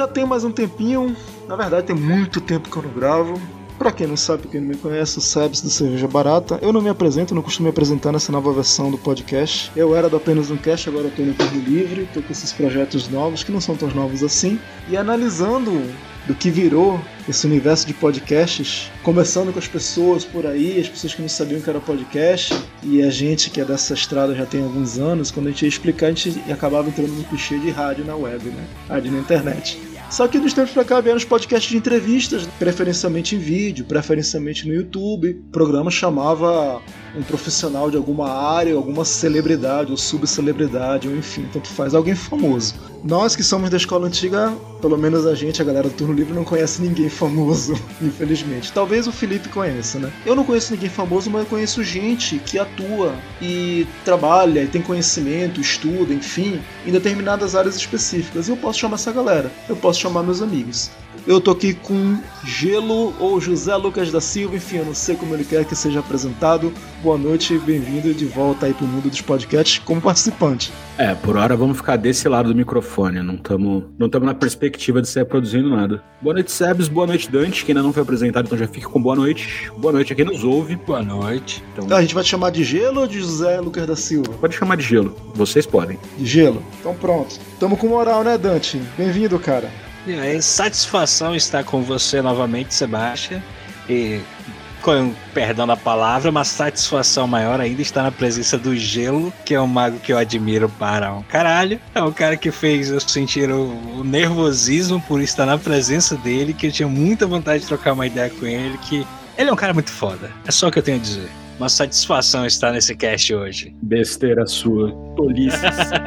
Já tem mais um tempinho, na verdade tem muito tempo que eu não gravo. Pra quem não sabe, pra quem não me conhece, o Sebs do Cerveja Barata. Eu não me apresento, não costumo me apresentar nessa nova versão do podcast. Eu era do Apenas um Cast, agora eu tô no Turno Livre, tô com esses projetos novos, que não são tão novos assim. E analisando do que virou esse universo de podcasts, conversando com as pessoas por aí, as pessoas que não sabiam que era podcast, e a gente que é dessa estrada já tem alguns anos, quando a gente ia explicar, a gente acabava entrando no clichê de rádio na web, né? Rádio na internet. Só que dos tempos pra cá vieram os podcasts de entrevistas, preferencialmente em vídeo, preferencialmente no YouTube. O programa chamava um profissional de alguma área, alguma celebridade ou subcelebridade, ou enfim, tanto faz, alguém famoso. Nós que somos da escola antiga, pelo menos a galera do Turno Livre, não conhece ninguém famoso, infelizmente. Talvez o Felipe conheça, né? Eu não conheço ninguém famoso, mas eu conheço gente que atua e trabalha e tem conhecimento, estuda, enfim, em determinadas áreas específicas. E eu posso chamar essa galera, eu posso chamar meus amigos. Eu tô aqui com Gelo ou José Lucas da Silva, enfim, eu não sei como ele quer que seja apresentado. Boa noite e bem-vindo de volta aí pro mundo dos podcasts como participante. Por hora vamos ficar desse lado do microfone, não estamos na perspectiva de sair produzindo nada. Boa noite, Sebs, boa noite, Dante, que ainda não foi apresentado, então já fica com boa noite. Boa noite a quem nos ouve. Boa noite. Então, a gente vai te chamar de Gelo ou de José Lucas da Silva? Pode chamar de Gelo, vocês podem. De Gelo? Então pronto. Tamo com moral, né, Dante? Bem-vindo, cara. É satisfação estar com você novamente, Sebastião. E, com perdão da palavra, uma satisfação maior ainda estar na presença do Gelo, que é um mago que eu admiro para um caralho. É um cara que fez eu sentir o nervosismo por estar na presença dele, que eu tinha muita vontade de trocar uma ideia com ele, que ele é um cara muito foda. É só o que eu tenho a dizer. Uma satisfação estar nesse cast hoje. Besteira sua, tolices.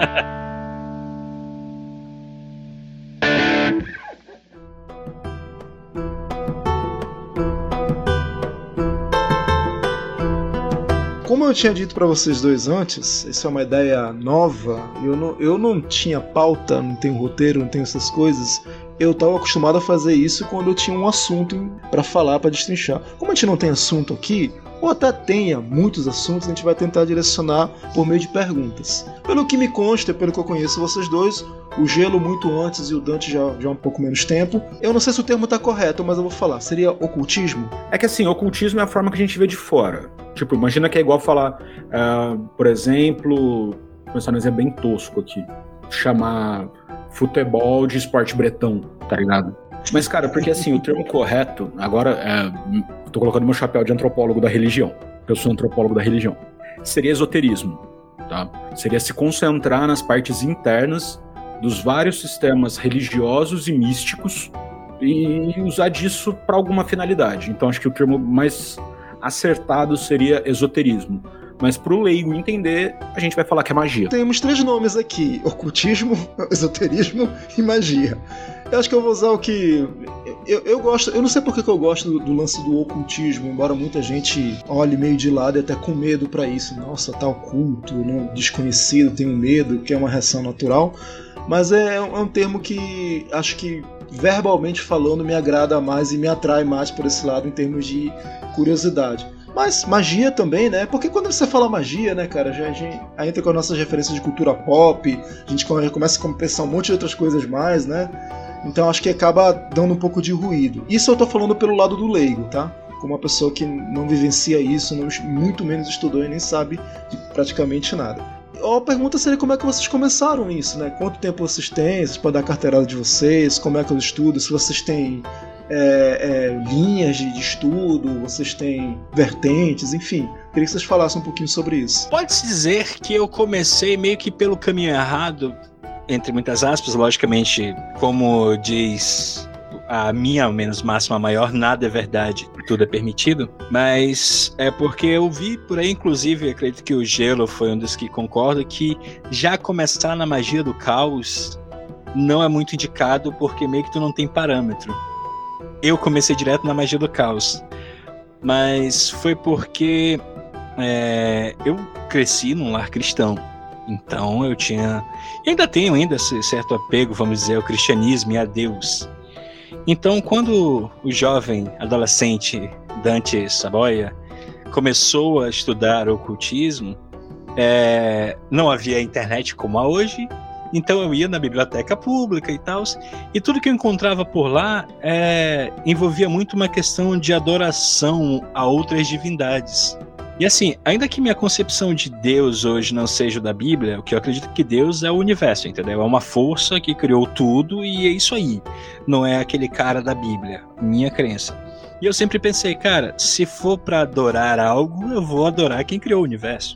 Como eu tinha dito pra vocês dois antes, isso é uma ideia nova, eu não tinha pauta, não tenho roteiro, não tenho essas coisas. Eu estava acostumado a fazer isso quando eu tinha um assunto pra falar, pra destrinchar. Como a gente não tem assunto aqui, ou até tenha muitos assuntos, a gente vai tentar direcionar por meio de perguntas. Pelo que me consta, pelo que eu conheço vocês dois, o Gelo muito antes e o Dante já há um pouco menos tempo. Eu não sei se o termo está correto, mas eu vou falar. Seria ocultismo? É que assim, ocultismo é a forma que a gente vê de fora. Tipo, imagina que é igual falar, por exemplo, vou pensar num exemplo bem tosco aqui, chamar futebol de esporte bretão, tá ligado? Mas, cara, porque assim, o termo correto, agora, tô colocando meu chapéu de antropólogo da religião, eu sou antropólogo da religião, seria esoterismo, tá? Seria se concentrar nas partes internas dos vários sistemas religiosos e místicos e usar disso para alguma finalidade. Então, acho que o termo mais acertado seria esoterismo. Mas pro leigo entender, a gente vai falar que é magia. Temos 3 nomes aqui: ocultismo, esoterismo e magia. Eu acho que eu vou usar o que... Eu gosto... Eu não sei porque que eu gosto do lance do ocultismo, embora muita gente olhe meio de lado e até com medo pra isso. Nossa, tá oculto, não, desconhecido, tenho medo, que é uma reação natural. Mas é um termo que acho que, verbalmente falando, me agrada mais e me atrai mais por esse lado em termos de curiosidade. Mas magia também, né? Porque quando você fala magia, né, cara, já entra com as nossas referências de cultura pop, a gente já começa a pensar um monte de outras coisas mais, né? Então acho que acaba dando um pouco de ruído. Isso eu tô falando pelo lado do leigo, tá? Como uma pessoa que não vivencia isso, muito menos estudou e nem sabe de praticamente nada. A pergunta seria como é que vocês começaram isso, né? Quanto tempo vocês têm? Vocês podem dar a carteirada de vocês? Como é que eu estudo? Se vocês têm linhas de estudo, vocês têm vertentes, enfim. Queria que vocês falassem um pouquinho sobre isso. Pode-se dizer que eu comecei meio que pelo caminho errado, entre muitas aspas, logicamente, como diz a minha, ao menos máxima maior, nada é verdade, tudo é permitido, mas é porque eu vi por aí, inclusive, acredito que o Gelo foi um dos que concorda, que já começar na magia do caos não é muito indicado, porque meio que tu não tem parâmetro. Eu comecei direto na magia do caos, mas foi porque eu cresci num lar cristão. Então eu tinha, e ainda tenho esse certo apego, vamos dizer, ao cristianismo e a Deus. Então quando o jovem adolescente Dante Saboia começou a estudar ocultismo, não havia internet como há hoje, Então eu ia na biblioteca pública e tal, e tudo que eu encontrava por lá envolvia muito uma questão de adoração a outras divindades. E assim, ainda que minha concepção de Deus hoje não seja da Bíblia, o que eu acredito que Deus é o universo, entendeu? É uma força que criou tudo e é isso aí. Não é aquele cara da Bíblia, minha crença. E eu sempre pensei, cara, se for pra adorar algo, eu vou adorar quem criou o universo.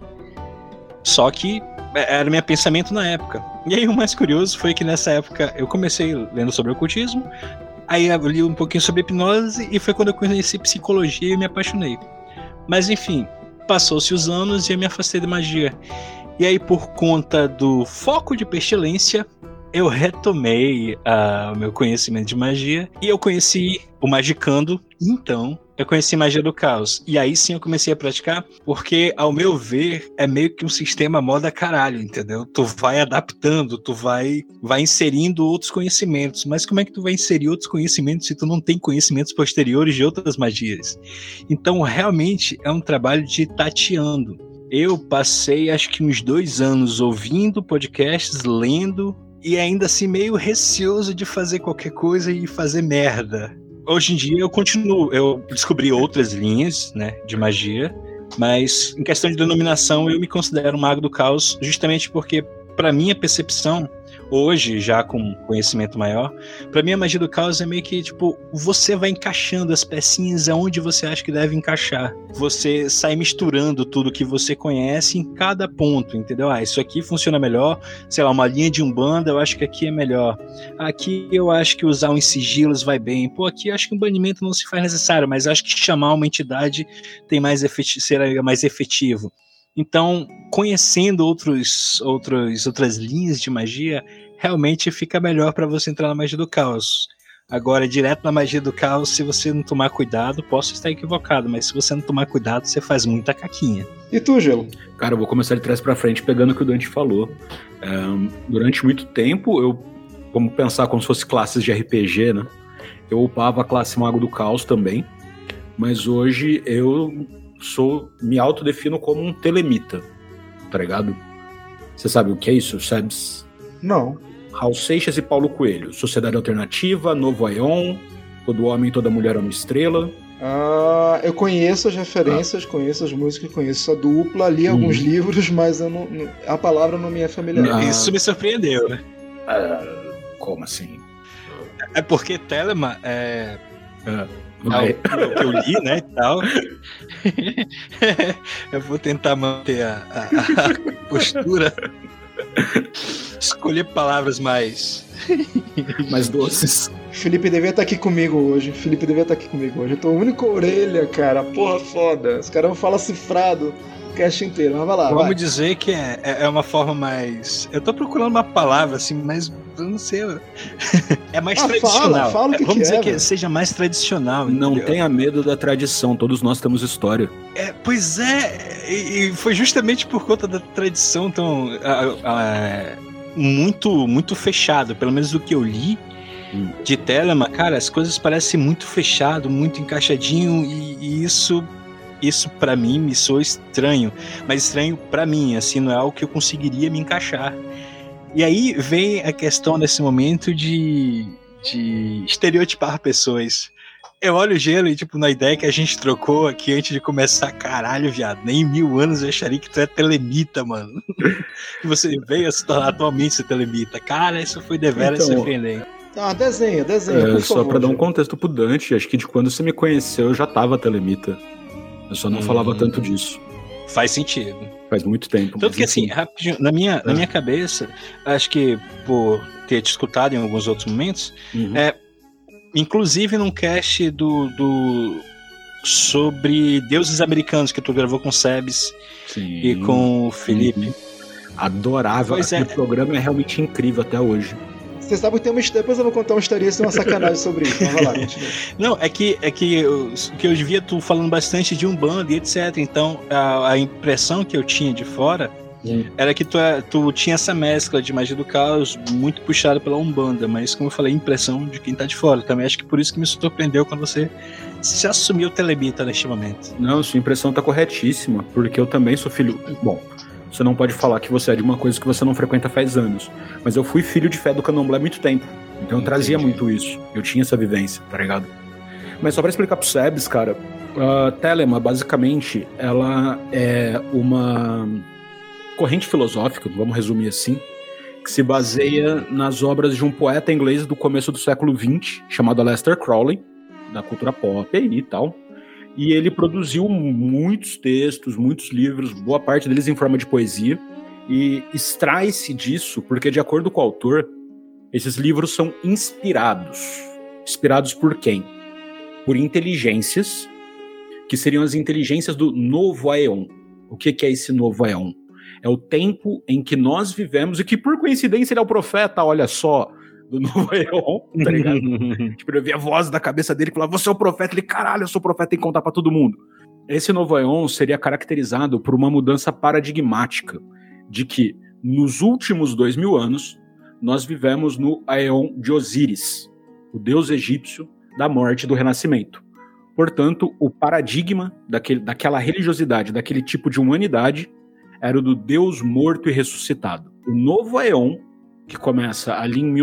Só que era meu pensamento na época. E aí o mais curioso foi que nessa época eu comecei lendo sobre ocultismo, aí eu li um pouquinho sobre hipnose e foi quando eu conheci psicologia e me apaixonei. Mas enfim, passou-se os anos e eu me afastei da magia. E aí, por conta do foco de pestilência, eu retomei o meu conhecimento de magia e eu conheci o Magicando. Então, eu conheci Magia do Caos. E aí sim eu comecei a praticar, porque, ao meu ver, é meio que um sistema moda caralho, entendeu? Tu vai adaptando, tu vai inserindo outros conhecimentos. Mas como é que tu vai inserir outros conhecimentos se tu não tem conhecimentos posteriores de outras magias? Então, realmente, é um trabalho de tateando. Eu passei, acho que uns 2 anos ouvindo podcasts, lendo, e ainda assim meio receoso de fazer qualquer coisa e fazer merda. Hoje em dia eu continuo, eu descobri outras linhas, né, de magia, mas em questão de denominação eu me considero um mago do caos justamente porque, para minha percepção, hoje, já com conhecimento maior, para mim a magia do caos é meio que, tipo, você vai encaixando as pecinhas aonde você acha que deve encaixar. Você sai misturando tudo que você conhece em cada ponto, entendeu? Isso aqui funciona melhor, sei lá, uma linha de umbanda, eu acho que aqui é melhor. Aqui eu acho que usar uns sigilos vai bem. Pô, aqui eu acho que um banimento não se faz necessário, mas acho que chamar uma entidade tem será mais efetivo. Então, conhecendo outras linhas de magia, realmente fica melhor para você entrar na magia do caos. Agora, direto na magia do caos, se você não tomar cuidado, posso estar equivocado, mas se você não tomar cuidado, você faz muita caquinha. E tu, Gelo? Cara, eu vou começar de trás pra frente pegando o que o Dante falou. Durante muito tempo, vamos pensar como se fosse classes de RPG, né? Eu upava a classe Mago do Caos também, mas hoje eu me autodefino como um telemita, tá ligado? Você sabe o que é isso, Sebs? Não. Raul Seixas e Paulo Coelho. Sociedade Alternativa, Novo Aion, Todo Homem, Toda Mulher é uma Estrela. Eu conheço as referências, conheço as músicas, conheço a dupla, li alguns livros, mas a palavra não me é familiar. Isso me surpreendeu, né? Como assim? É porque Telema o que eu li, né, e tal. Eu vou tentar manter a postura. Escolher palavras mais doces. Felipe devia estar aqui comigo hoje. Eu tô a única orelha, cara. Porra, foda. Os caras falam cifrado o cast inteiro. Mas vai lá. Vamos dizer que é uma forma mais... Eu tô procurando uma palavra, assim, mas eu não sei. É mais tradicional. Fala o que Vamos dizer que velho. seja mais tradicional. Não entendeu? tenha medo da tradição. Todos nós temos história. Pois é. E foi justamente por conta da tradição tão... muito fechado. Pelo menos do que eu li de Telema, cara, as coisas parecem muito fechado, muito encaixadinho, e isso pra mim me soa estranho, mas estranho pra mim, assim, não é algo que eu conseguiria me encaixar. E aí vem a questão nesse momento de estereotipar pessoas. Eu olho o Gelo e, tipo, na ideia que a gente trocou aqui antes de começar, caralho, viado, nem em 1000 anos eu acharia que tu é telemita, mano. E você veio a se tornar atualmente ser telemita. Cara, isso foi deveras surpreendente. Desenha, por só favor. Pra dar um contexto pro Dante, acho que de quando você me conheceu eu já tava telemita. Eu só não falava tanto disso. Faz sentido. Faz muito tempo. Tanto que assim, rapidinho, na minha cabeça, acho que por ter te escutado em alguns outros momentos, inclusive num cast sobre deuses americanos que tu gravou com o Sebs e com o Felipe. Adorável. O programa é realmente incrível até hoje. Você sabe que depois eu vou contar uma história, isso é uma sacanagem sobre isso. Então vai lá, continua. Não, é que eu via tu falando bastante de Umbanda e etc. Então a impressão que eu tinha de fora era que tu tinha essa mescla de magia do caos muito puxada pela Umbanda, mas como eu falei, impressão de quem tá de fora. Também acho que por isso que me surpreendeu quando você se assumiu telemita neste momento. Não, sua impressão tá corretíssima, porque eu também sou filho... Bom, você não pode falar que você é de uma coisa que você não frequenta faz anos. Mas eu fui filho de fé do candomblé há muito tempo. Então eu trazia muito isso. Eu tinha essa vivência, tá ligado? Mas só pra explicar pro Sebs, cara, a Telema, basicamente, ela é uma corrente filosófica, vamos resumir assim, que se baseia nas obras de um poeta inglês do começo do século XX, chamado Aleister Crowley, da cultura pop aí e tal. E ele produziu muitos textos, muitos livros, boa parte deles em forma de poesia, e extrai-se disso porque, de acordo com o autor, esses livros são inspirados. Inspirados por quem? Por inteligências, que seriam as inteligências do novo Aeon. O que é esse novo Aeon? É o tempo em que nós vivemos, e que, por coincidência, ele é o profeta, olha só, do novo Aeon, tá ligado? Tipo, eu vi a voz da cabeça dele que falava, você é o profeta. Ele, caralho, eu sou o profeta, tem que contar pra todo mundo. Esse novo Aeon seria caracterizado por uma mudança paradigmática, de que, nos últimos 2000 anos, nós vivemos no Aeon de Osíris, o deus egípcio da morte e do renascimento. Portanto, o paradigma daquela religiosidade, daquele tipo de humanidade, era o do Deus morto e ressuscitado. O novo Aeon, que começa ali em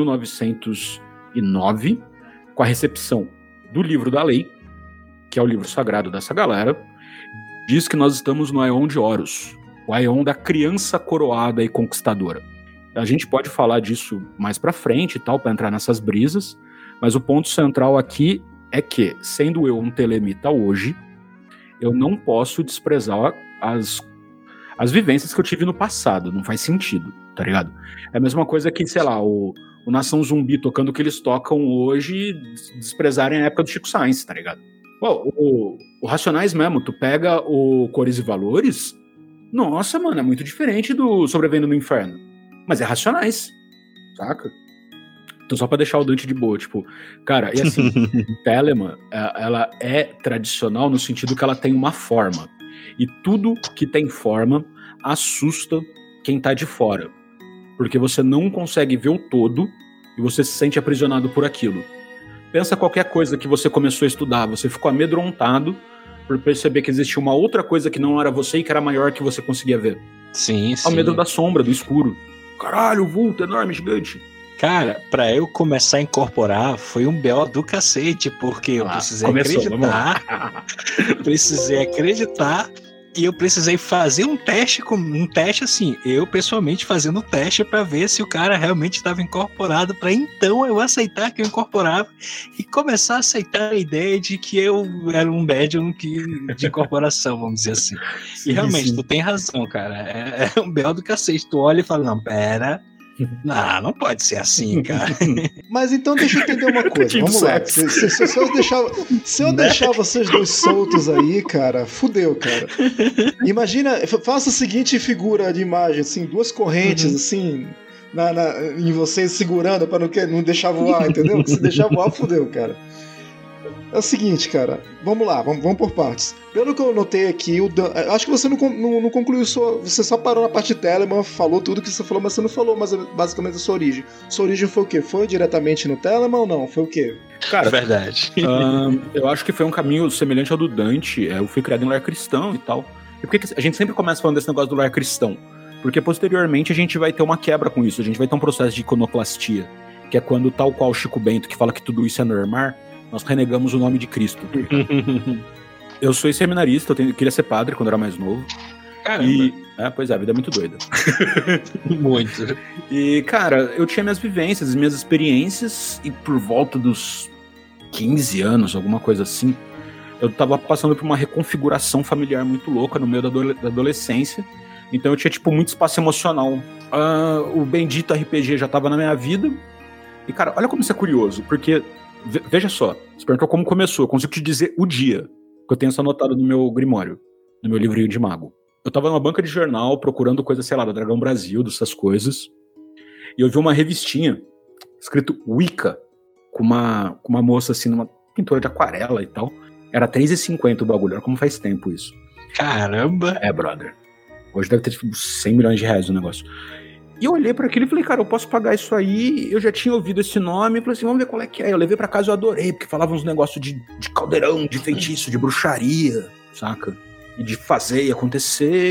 1909, com a recepção do livro da lei, que é o livro sagrado dessa galera, diz que nós estamos no Aeon de Horus, o Aeon da criança coroada e conquistadora. A gente pode falar disso mais pra frente e tal, pra entrar nessas brisas, mas o ponto central aqui é que, sendo eu um telemita hoje, eu não posso desprezar as vivências que eu tive no passado, não faz sentido, tá ligado? É a mesma coisa que, sei lá, o Nação Zumbi tocando o que eles tocam hoje e desprezarem a época do Chico Sainz, tá ligado? Pô, o Racionais mesmo, tu pega o Cores e Valores, nossa, mano, é muito diferente do Sobrevivendo no Inferno, mas é Racionais, saca? Então só pra deixar o Dante de boa, tipo, cara, e assim, Telema, ela é tradicional no sentido que ela tem uma forma. E tudo que tem forma assusta quem tá de fora. Porque você não consegue ver o todo e você se sente aprisionado por aquilo. Pensa qualquer coisa que você começou a estudar, você ficou amedrontado por perceber que existia uma outra coisa que não era você e que era maior que você conseguia ver. Sim, sim. Ao medo da sombra, do escuro. Caralho, vulto enorme, gigante. Cara, pra eu começar a incorporar, foi um BO do cacete, porque eu precisei acreditar, e eu precisei fazer um teste assim, eu pessoalmente fazendo um teste pra ver se o cara realmente estava incorporado, pra então eu aceitar que eu incorporava e começar a aceitar a ideia de que eu era um médium de incorporação, vamos dizer assim. E realmente, tu tem razão, cara, é um BO do cacete, tu olha e fala, não, pera... Não pode ser assim, cara. Mas então deixa eu entender uma coisa. Vamos lá. Se eu deixar vocês dois soltos aí, cara, fudeu, cara. Imagina, faça a seguinte figura de imagem, assim, duas correntes, assim, em vocês segurando pra não deixar voar, entendeu? Se deixar voar, fudeu, cara. É o seguinte, cara, vamos lá, vamos por partes. Pelo que eu notei aqui, acho que você não concluiu você só parou na parte de Telemann, falou tudo que você falou, mas você não falou basicamente a sua origem. Sua origem foi o quê? Foi diretamente no Telemann ou não? Foi o quê? Cara, verdade. Eu acho que foi um caminho semelhante ao do Dante. Eu fui criado em lar cristão e tal. E por que a gente sempre começa falando desse negócio do lar cristão? Porque posteriormente a gente vai ter uma quebra com isso, a gente vai ter um processo de iconoclastia, que é quando, tal qual Chico Bento, que fala que tudo isso é normal, nós renegamos o nome de Cristo. Eu sou seminarista, eu queria ser padre quando era mais novo. Caramba. Pois é, a vida é muito doida. Muito. E, cara, eu tinha minhas vivências, minhas experiências, e por volta dos 15 anos, alguma coisa assim, eu tava passando por uma reconfiguração familiar muito louca no meio da adolescência. Então eu tinha, tipo, muito espaço emocional. O bendito RPG já tava na minha vida. E, cara, olha como isso é curioso, porque... Veja só, você perguntou como começou, eu consigo te dizer o dia, que eu tenho isso anotado no meu grimório, no meu livrinho de mago. Eu tava numa banca de jornal procurando coisa, sei lá, da Dragão Brasil, dessas coisas, e eu vi uma revistinha escrito Wicca, com uma moça assim, numa pintura de aquarela e tal. Era R$3,50 o bagulho, olha como faz tempo isso. Caramba! Brother. Hoje deve ter tipo 100 milhões de reais o negócio. E eu olhei pra aquilo e falei, cara, eu posso pagar isso aí? Eu já tinha ouvido esse nome, e falei assim, vamos ver qual é que é. Eu levei pra casa e eu adorei, porque falavam uns negócios de caldeirão, de feitiço, de bruxaria, saca? E de fazer e acontecer.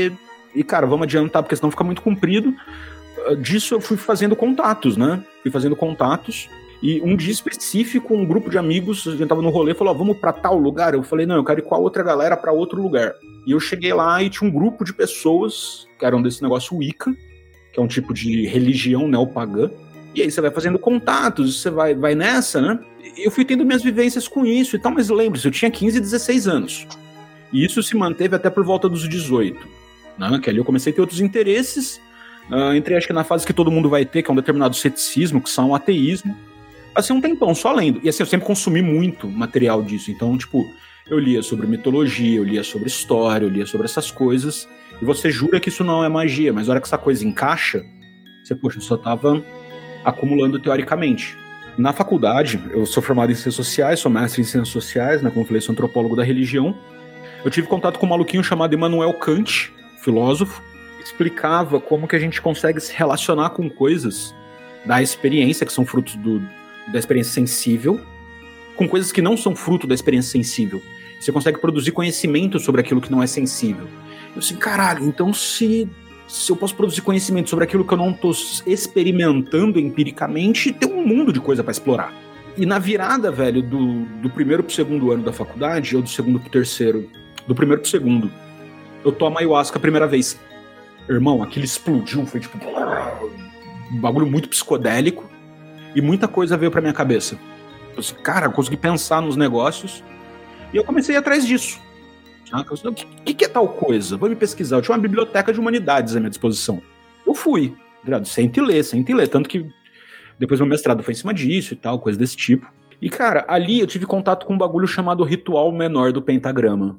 E, cara, vamos adiantar, porque senão fica muito comprido. Disso eu fui fazendo contatos, né? E um dia específico, um grupo de amigos, a gente tava no rolê, falou, vamos pra tal lugar? Eu falei, não, eu quero ir com a outra galera pra outro lugar. E eu cheguei lá e tinha um grupo de pessoas que eram desse negócio Wicca, que é um tipo de religião neopagã. E aí você vai fazendo contatos, você vai nessa, né? Eu fui tendo minhas vivências com isso e tal, mas lembre-se, eu tinha 15, 16 anos. E isso se manteve até por volta dos 18, né? Que ali eu comecei a ter outros interesses, entrei acho que na fase que todo mundo vai ter, que é um determinado ceticismo, que são o ateísmo. Assim, um tempão, só lendo. E assim, eu sempre consumi muito material disso. Então, tipo, eu lia sobre mitologia, eu lia sobre história, eu lia sobre essas coisas. E você jura que isso não é magia, mas na hora que essa coisa encaixa, você, poxa, eu só tava acumulando teoricamente. Na faculdade, eu sou formado em Ciências Sociais, sou mestre em Ciências Sociais, né, como eu falei, sou antropólogo da religião. Eu tive contato com um maluquinho chamado Immanuel Kant, filósofo, que explicava como que a gente consegue se relacionar com coisas da experiência, que são frutos da experiência sensível, com coisas que não são fruto da experiência sensível. Você consegue produzir conhecimento sobre aquilo que não é sensível. Eu assim, caralho, então se eu posso produzir conhecimento sobre aquilo que eu não tô experimentando empiricamente, tem um mundo de coisa pra explorar. E na virada, velho, do primeiro pro segundo ano da faculdade, ou do segundo pro terceiro, do primeiro pro segundo, eu tomo ayahuasca a primeira vez. Irmão, aquilo explodiu, foi tipo um bagulho muito psicodélico. E muita coisa veio pra minha cabeça. Eu disse, cara, eu consegui pensar nos negócios. E eu comecei a ir atrás disso. O que é tal coisa? Vou me pesquisar. Eu tinha uma biblioteca de humanidades à minha disposição. Eu fui, sem ler. Tanto que depois meu mestrado foi em cima disso e tal, coisa desse tipo. E, cara, ali eu tive contato com um bagulho chamado Ritual Menor do Pentagrama.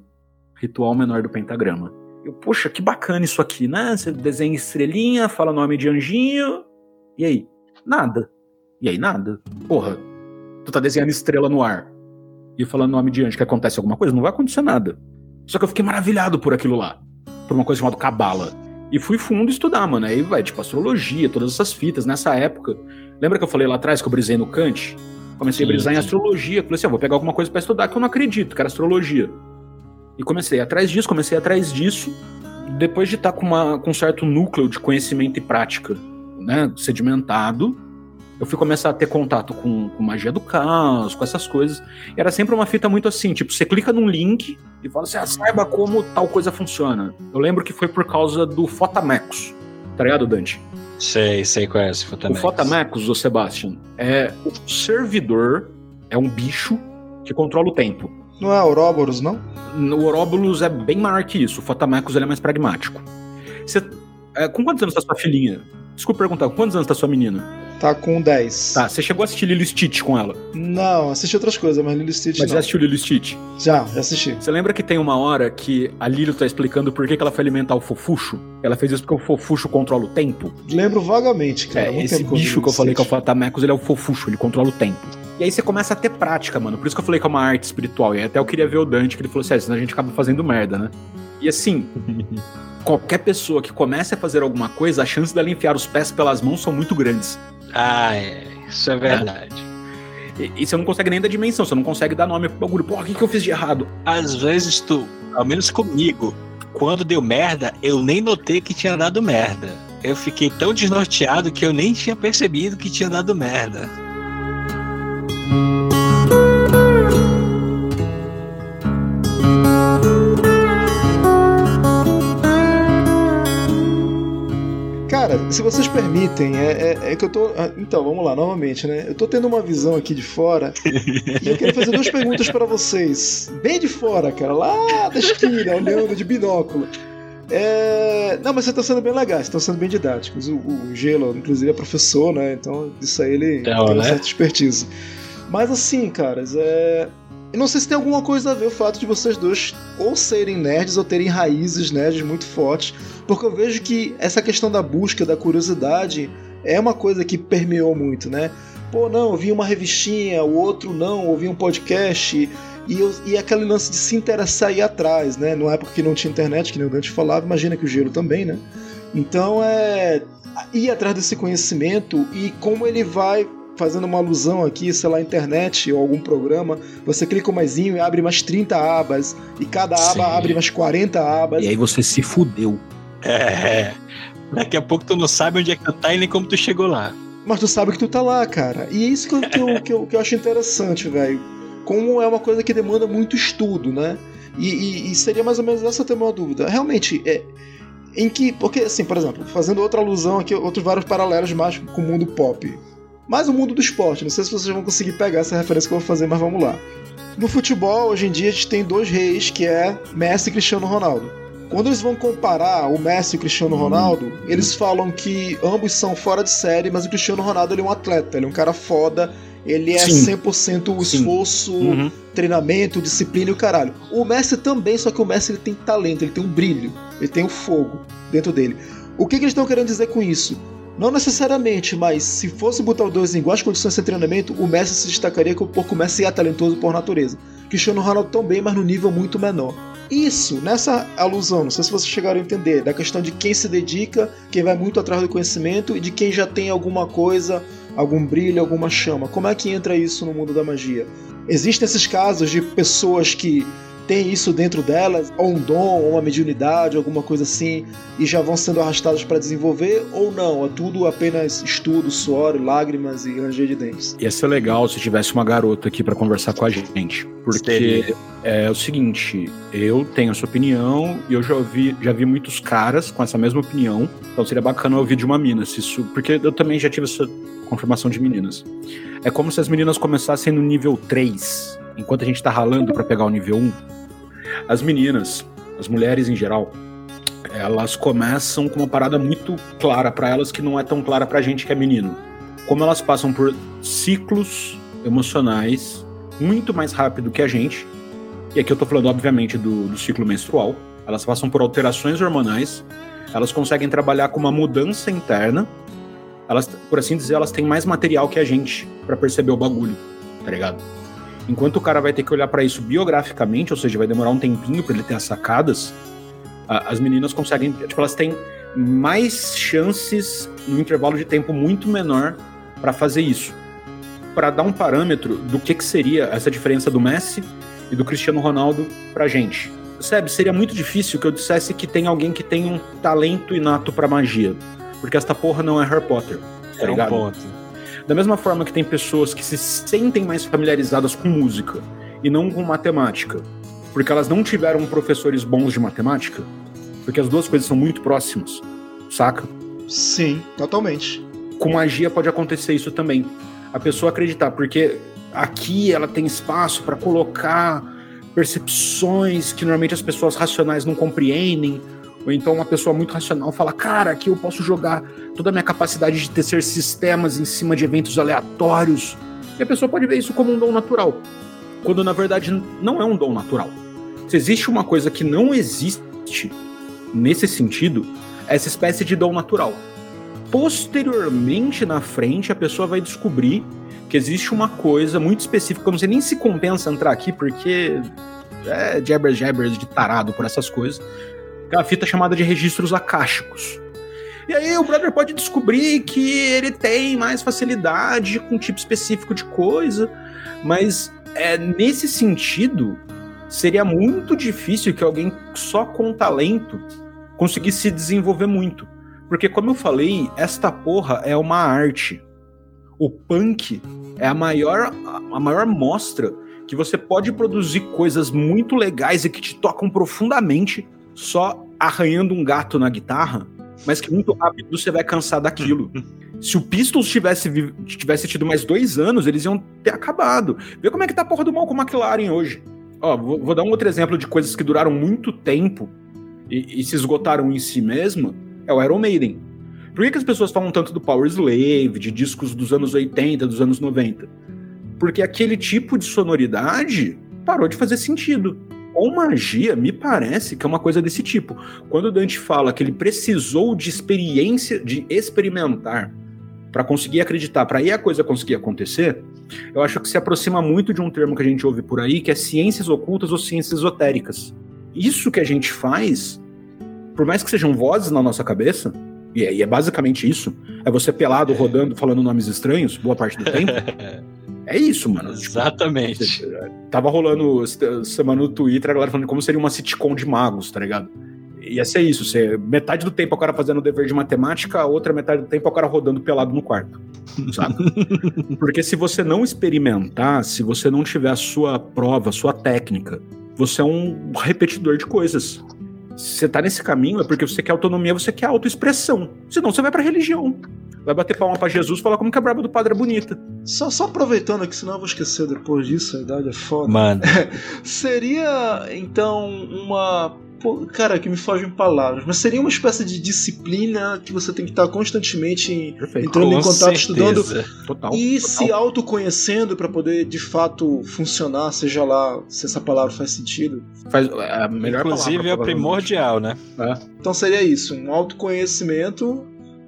Eu, poxa, que bacana isso aqui, né? Você desenha estrelinha, fala nome de anjinho. E aí? Nada. Porra, tu tá desenhando estrela no ar e falando nome de anjo, que acontece alguma coisa? Não vai acontecer nada. Só que eu fiquei maravilhado por aquilo lá, por uma coisa chamada Cabala. E fui fundo estudar, mano. Aí vai, tipo, astrologia, todas essas fitas. Nessa época, lembra que eu falei lá atrás que eu brisei no Kant? Comecei a brisar em astrologia. Falei assim, vou pegar alguma coisa pra estudar que eu não acredito, que era astrologia. E comecei atrás disso. Depois de estar com um certo núcleo de conhecimento e prática, né, sedimentado, eu fui começar a ter contato com magia do caos, com essas coisas. E era sempre uma fita muito assim, tipo, você clica num link e fala assim, saiba como tal coisa funciona. Eu lembro que foi por causa do Fotamecos, tá ligado, Dante? Sei qual é esse Fotamecos. O Fotamecos, o Sebastian, é o servidor, é um bicho que controla o tempo. Não é Ouroboros, não? O Ouroboros é bem maior que isso, o Fotamecos ele é mais pragmático. Com quantos anos tá sua filhinha? Desculpa perguntar, com quantos anos tá sua menina? Tá com 10. Tá, você chegou a assistir Lilo e Stitch com ela? Não, assisti outras coisas, mas Lilo e Stitch Mas não. já assistiu Lilo e Stitch? Já assisti. Você lembra que tem uma hora que a Lilo tá explicando por que ela foi alimentar o Fofuxo? Ela fez isso porque o Fofuxo controla o tempo? Lembro vagamente, cara. Esse bicho que eu falei que é o Fotamecos, ele é o Fofuxo, ele controla o tempo. E aí você começa a ter prática, mano. Por isso que eu falei que é uma arte espiritual. E até eu queria ver o Dante, que ele falou assim, senão a gente acaba fazendo merda, né? E assim... Qualquer pessoa que comece a fazer alguma coisa, a chance dela enfiar os pés pelas mãos são muito grandes. Isso é verdade. E você não consegue nem dar dimensão, você não consegue dar nome pro bagulho. Pô, o que eu fiz de errado? Às vezes tu, ao menos comigo, quando deu merda, eu nem notei que tinha dado merda. Eu fiquei tão desnorteado que eu nem tinha percebido que tinha dado merda. Cara, se vocês permitem, é que eu tô... Então, vamos lá, novamente, né? Eu tô tendo uma visão aqui de fora e eu queria fazer 2 perguntas pra vocês. Bem de fora, cara, lá da esquina, olhando de binóculo. Não, mas vocês estão sendo bem legais, estão sendo bem didáticos. O Gelo, inclusive, é professor, né? Então, isso aí ele tem uma certa expertise. Mas assim, caras, eu não sei se tem alguma coisa a ver o fato de vocês dois ou serem nerds ou terem raízes nerds muito fortes, porque eu vejo que essa questão da busca, da curiosidade, é uma coisa que permeou muito, né? Pô, não, eu vi uma revistinha, o outro não, ouvi um podcast, e aquele lance de se interessar e ir atrás, né? Numa época que não tinha internet, que nem o Dante falava, imagina que o Gelo também, né? Então ir atrás desse conhecimento e como ele vai fazendo uma alusão aqui, sei lá, internet ou algum programa, você clica um maisinho e abre mais 30 abas, e cada aba abre mais 40 abas. E aí você se fudeu. Daqui a pouco tu não sabe onde é que tu tá e nem como tu chegou lá. Mas tu sabe que tu tá lá, cara. E é isso que eu acho interessante, velho. Como é uma coisa que demanda muito estudo, né? E seria mais ou menos essa ter uma dúvida. Realmente, em que... Porque, assim, por exemplo, fazendo outra alusão aqui, outros vários paralelos mais com o mundo pop. Mas o mundo do esporte. Não sei se vocês vão conseguir pegar essa referência que eu vou fazer, mas vamos lá. No futebol, hoje em dia, a gente tem dois reis, que é Messi e Cristiano Ronaldo. Quando eles vão comparar o Messi e o Cristiano Ronaldo, eles falam que ambos são fora de série, mas o Cristiano Ronaldo ele é um atleta, ele é um cara foda, ele é 100% esforço, treinamento, disciplina e o caralho. O Messi também, só que o Messi ele tem talento, ele tem um brilho, ele tem um fogo dentro dele. O que eles estão querendo dizer com isso? Não necessariamente, mas se fosse botar os dois em iguais condições de treinamento, o Messi se destacaria porque o Messi é talentoso por natureza. Cristiano Ronaldo também, mas no nível muito menor. Isso, nessa alusão, não sei se vocês chegaram a entender, da questão de quem se dedica, quem vai muito atrás do conhecimento e de quem já tem alguma coisa, algum brilho, alguma chama. Como é que entra isso no mundo da magia? Existem esses casos de pessoas que têm isso dentro delas, ou um dom, ou uma mediunidade, alguma coisa assim, e já vão sendo arrastadas para desenvolver, ou não? É tudo apenas estudo, suor, lágrimas e ranger de dentes. Ia ser legal se tivesse uma garota aqui para conversar com a gente, porque é o seguinte, eu tenho essa opinião e eu já vi muitos caras com essa mesma opinião, então seria bacana ouvir de uma mina, porque eu também já tive essa confirmação de meninas. É como se as meninas começassem no nível 3, enquanto a gente tá ralando para pegar o nível 1. As meninas, as mulheres em geral, elas começam com uma parada muito clara para elas que não é tão clara pra gente que é menino. Como elas passam por ciclos emocionais muito mais rápido que a gente, e aqui eu tô falando obviamente do ciclo menstrual, elas passam por alterações hormonais, elas conseguem trabalhar com uma mudança interna, elas, por assim dizer, elas têm mais material que a gente pra perceber o bagulho, tá ligado? Enquanto o cara vai ter que olhar pra isso biograficamente, ou seja, vai demorar um tempinho pra ele ter as sacadas, as meninas conseguem, tipo, elas têm mais chances num intervalo de tempo muito menor pra fazer isso. Pra dar um parâmetro do que seria essa diferença do Messi e do Cristiano Ronaldo pra gente. Sabe, seria muito difícil que eu dissesse que tem alguém que tem um talento inato pra magia, porque esta porra não é Harry Potter, tá ligado? Um ponto. Da mesma forma que tem pessoas que se sentem mais familiarizadas com música e não com matemática, porque elas não tiveram professores bons de matemática, porque as duas coisas são muito próximas, saca? Sim, totalmente. Com magia pode acontecer isso também. A pessoa acreditar, porque aqui ela tem espaço para colocar percepções que normalmente as pessoas racionais não compreendem, ou então uma pessoa muito racional fala, cara, aqui eu posso jogar toda a minha capacidade de tecer sistemas em cima de eventos aleatórios. E a pessoa pode ver isso como um dom natural, quando na verdade não é um dom natural. Se existe uma coisa que não existe nesse sentido, é essa espécie de dom natural. Posteriormente, na frente, a pessoa vai descobrir que existe uma coisa muito específica, eu não sei nem se compensa entrar aqui, porque é jabbers de tarado por essas coisas, que é uma fita chamada de registros akáshicos. E aí o brother pode descobrir que ele tem mais facilidade com um tipo específico de coisa, mas nesse sentido, seria muito difícil que alguém só com talento conseguisse se desenvolver muito. Porque, como eu falei, esta porra é uma arte. O punk é a maior mostra que você pode produzir coisas muito legais e que te tocam profundamente só arranhando um gato na guitarra, mas que muito rápido você vai cansar daquilo. Se o Pistols tivesse tido mais 2 anos, eles iam ter acabado. Vê como é que tá a porra do Malcolm McLaren hoje. Ó, vou dar um outro exemplo de coisas que duraram muito tempo e se esgotaram em si mesma, é o Iron Maiden. Por que as pessoas falam tanto do Powerslave, de discos dos anos 80, dos anos 90? Porque aquele tipo de sonoridade parou de fazer sentido. Ou magia, me parece que é uma coisa desse tipo. Quando o Dante fala que ele precisou de experiência, de experimentar, para conseguir acreditar, para aí a coisa conseguir acontecer, eu acho que se aproxima muito de um termo que a gente ouve por aí, que é ciências ocultas ou ciências esotéricas. Isso que a gente faz, por mais que sejam vozes na nossa cabeça, e é basicamente isso, é você pelado, rodando, falando nomes estranhos, boa parte do tempo. É isso, mano. Exatamente. Tipo, tava rolando semana no Twitter a galera falando como seria uma sitcom de magos, tá ligado? ia ser isso. Metade do tempo é o cara fazendo o dever de matemática, a outra metade do tempo é o cara rodando pelado no quarto. Sabe? Porque se você não experimentar, se você não tiver a sua prova, a sua técnica, você é um repetidor de coisas. Se você tá nesse caminho é porque você quer autonomia, você quer autoexpressão. Senão você vai pra religião. Vai bater palma pra Jesus e falar como que a barba do padre é bonita. Só aproveitando aqui, senão eu vou esquecer depois disso, a idade é foda. Mano. Seria, então, uma... Pô, cara, que me fogem palavras, mas seria uma espécie de disciplina que você tem que estar constantemente entrando em contato, estudando e se autoconhecendo para poder de fato funcionar, seja lá se essa palavra faz sentido. Faz a melhor Inclusive palavra, é o primordial, né? Então seria isso, um autoconhecimento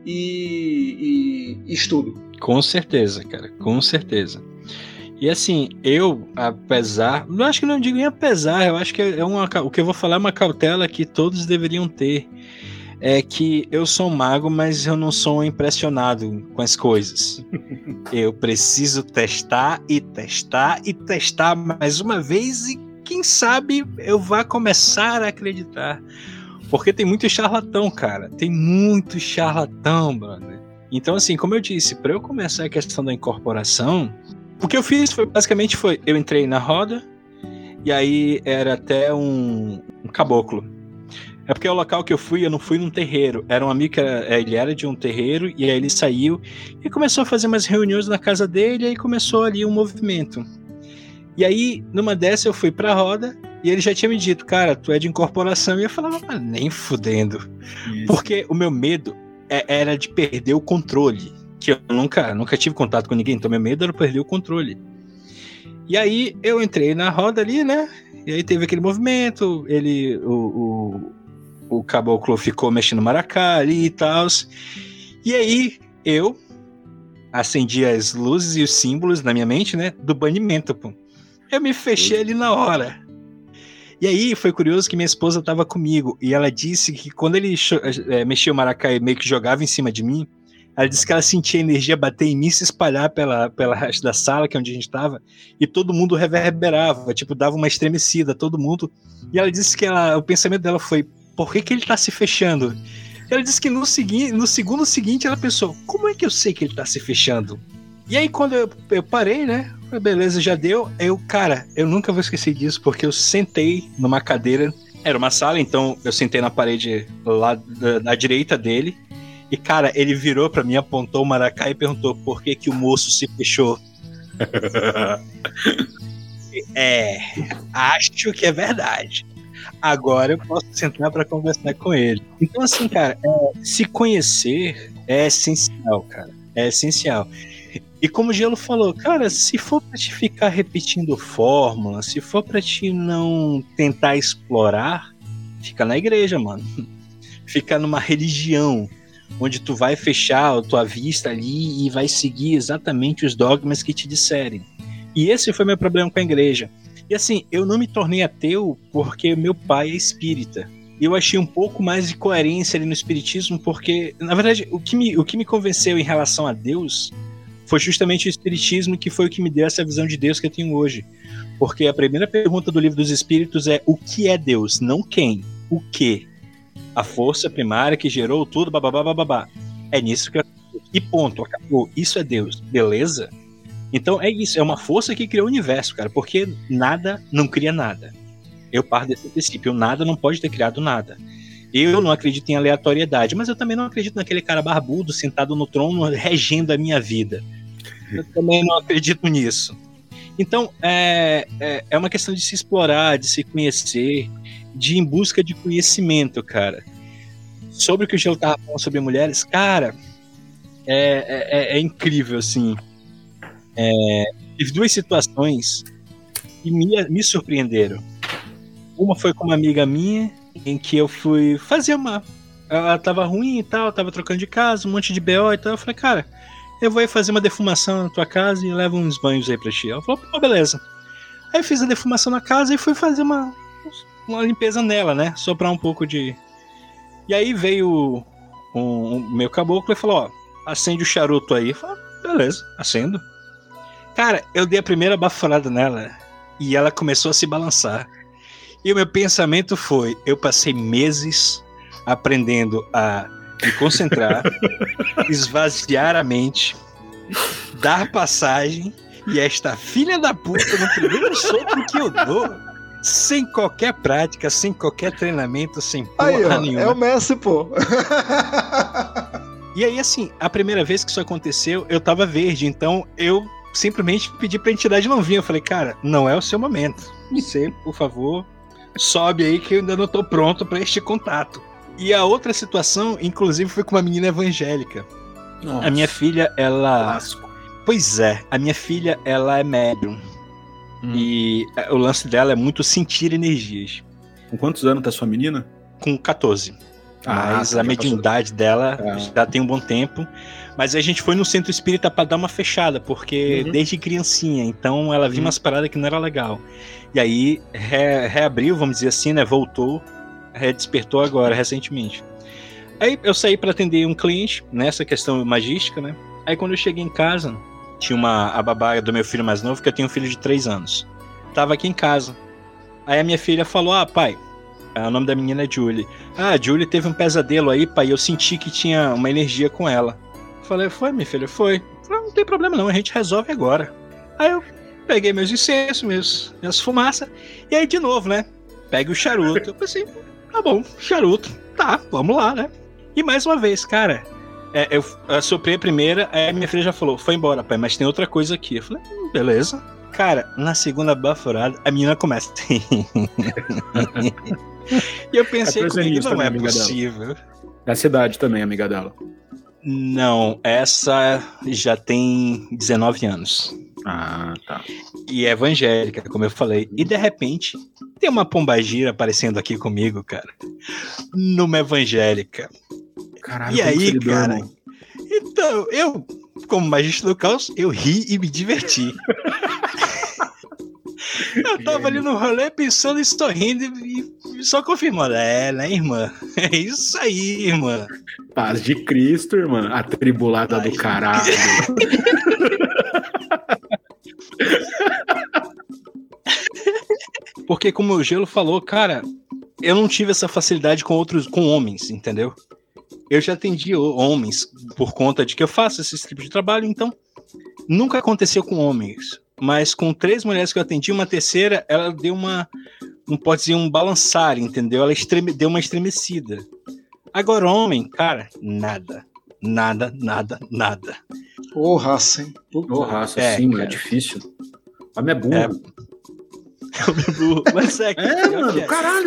e estudo. Com certeza, cara, com certeza. E assim, eu acho que não digo nem apesar, eu acho que o que eu vou falar é uma cautela que todos deveriam ter. É que eu sou um mago, mas eu não sou impressionado com as coisas. Eu preciso testar e testar e testar mais uma vez e quem sabe eu vá começar a acreditar. Porque tem muito charlatão, cara. Tem muito charlatão, brother. Então assim, como eu disse, para eu começar a questão da incorporação... O que eu fiz basicamente foi, eu entrei na roda, e aí era até um caboclo. É porque o local que eu não fui num terreiro. Era um amigo ele era de um terreiro, e aí ele saiu e começou a fazer umas reuniões na casa dele, e aí começou ali um movimento. E aí, numa dessas, eu fui pra roda, e ele já tinha me dito, cara, tu é de incorporação, e eu falava, mas nem fudendo. Isso. Porque o meu medo era de perder o controle. Que eu nunca tive contato com ninguém, então meu medo era perder o controle. E aí eu entrei na roda ali, né? E aí teve aquele movimento, o caboclo ficou mexendo maracá ali e tal. E aí eu acendi as luzes e os símbolos na minha mente, né? Do banimento, pô. Eu me fechei ali na hora. E aí foi curioso que minha esposa estava comigo, e ela disse que quando ele mexia o maracá e meio que jogava em cima de mim, ela disse que ela sentia a energia bater em mim e se espalhar pela resto da sala, que é onde a gente estava, e todo mundo reverberava, tipo, dava uma estremecida, todo mundo. E ela disse que o pensamento dela foi, por que ele tá se fechando? Ela disse que no segundo seguinte ela pensou, como é que eu sei que ele tá se fechando? E aí quando eu parei, né, beleza, já deu, eu nunca vou esquecer disso, porque eu sentei numa cadeira, era uma sala, então eu sentei na parede lá da direita dele, e, cara, ele virou pra mim, apontou o maracá e perguntou por que o moço se fechou. Acho que é verdade. Agora eu posso sentar pra conversar com ele. Então, assim, cara, se conhecer é essencial, cara. É essencial. E como o Gelo falou, cara, se for pra te ficar repetindo fórmula, se for pra te não tentar explorar, fica na igreja, mano. Fica numa religião, onde tu vai fechar a tua vista ali e vai seguir exatamente os dogmas que te disserem. E esse foi meu problema com a igreja. E assim, eu não me tornei ateu porque meu pai é espírita. Eu achei um pouco mais de coerência ali no espiritismo, porque, na verdade, o que me convenceu em relação a Deus foi justamente o espiritismo, que foi o que me deu essa visão de Deus que eu tenho hoje. Porque a primeira pergunta do Livro dos Espíritos é o que é Deus, não quem, o que. A força primária que gerou tudo, babá. É nisso que eu... E ponto, acabou. Isso é Deus, beleza? Então é isso, é uma força que criou o universo, cara, porque nada não cria nada. Eu parto desse princípio, nada não pode ter criado nada. Eu não acredito em aleatoriedade, mas eu também não acredito naquele cara barbudo sentado no trono regendo a minha vida. Eu também não acredito nisso. Então é uma questão de se explorar, de se conhecer, de ir em busca de conhecimento, cara. Sobre o que o Gelo tava falando sobre mulheres, cara, é incrível, assim. Tive duas situações que me surpreenderam. Uma foi com uma amiga minha, em que eu fui fazer ela tava ruim e tal, tava trocando de casa, um monte de BO e tal. Eu falei, cara, eu vou aí fazer uma defumação na tua casa e levo uns banhos aí pra ti. Ela falou, pô, beleza. Aí eu fiz a defumação na casa e fui fazer uma limpeza nela, né? Soprar um pouco de... E aí veio o meu caboclo e falou, ó, acende o charuto aí. Eu falei, beleza, acendo. Cara, eu dei a primeira baforada nela e ela começou a se balançar. E o meu pensamento foi, eu passei meses aprendendo a me concentrar, esvaziar a mente, dar passagem, e esta filha da puta, no primeiro soco que eu dou, sem qualquer prática, sem qualquer treinamento, sem porra nenhuma. É o Messi, pô. E aí, assim, a primeira vez que isso aconteceu, eu tava verde, então eu simplesmente pedi pra entidade não vir. Eu falei, cara, não é o seu momento. Você, por favor, sobe aí que eu ainda não tô pronto pra este contato. E a outra situação, inclusive, foi com uma menina evangélica. Nossa. A minha filha, ela... Clássico. Pois é, a minha filha, ela é médium. E o lance dela é muito sentir energias. Com quantos anos tá sua menina? Com 14. Mas a mediunidade dela já tem um bom tempo. Mas a gente foi no centro espírita pra dar uma fechada, porque desde criancinha, então ela viu umas paradas que não era legal. E aí reabriu, vamos dizer assim, né? Voltou, redespertou agora, recentemente. Aí eu saí pra atender um cliente nessa questão magística, né? Aí quando eu cheguei em casa, tinha a babá do meu filho mais novo, que eu tenho um filho de 3 anos. Tava aqui em casa. Aí a minha filha falou, pai, o nome da menina é Julie. A Julie teve um pesadelo aí, pai, e eu senti que tinha uma energia com ela. Eu falei, foi, minha filha, foi. Eu falei, não tem problema não, a gente resolve agora. Aí eu peguei meus incensos, minhas fumaças, e aí de novo, né, pegue o charuto. Eu pensei, tá bom, charuto, tá, vamos lá, né. E mais uma vez, cara, eu assoprei a primeira, aí a minha filha já falou, foi embora, pai, mas tem outra coisa aqui. Eu falei, beleza. Cara, na segunda baforada, a menina começa. E eu pensei comigo, não é possível. Da cidade também, amiga dela. Não, essa já tem 19 anos. Ah, tá. E é evangélica, como eu falei. E de repente, tem uma pombagira aparecendo aqui comigo, cara. Numa evangélica. Caralho, e aí, cara? Então, eu, como magista do caos, eu ri e me diverti. Eu tava ali no rolê pensando, estou rindo e só confirmando. Né, irmã? É isso aí, irmã. Paz de Cristo, irmã. Atribulada do caralho. Porque, como o Gelo falou, cara, eu não tive essa facilidade com homens, entendeu? Eu já atendi homens por conta de que eu faço esse tipo de trabalho, então nunca aconteceu com homens. Mas com 3 mulheres que eu atendi, uma terceira, ela deu não pode dizer um balançar, entendeu? Ela deu uma estremecida. Agora, homem, cara, nada. Nada. Ô, raça, hein? Raça, sim, cara. É difícil. Homem é burro. Homem é burro. Mas mano, caralho.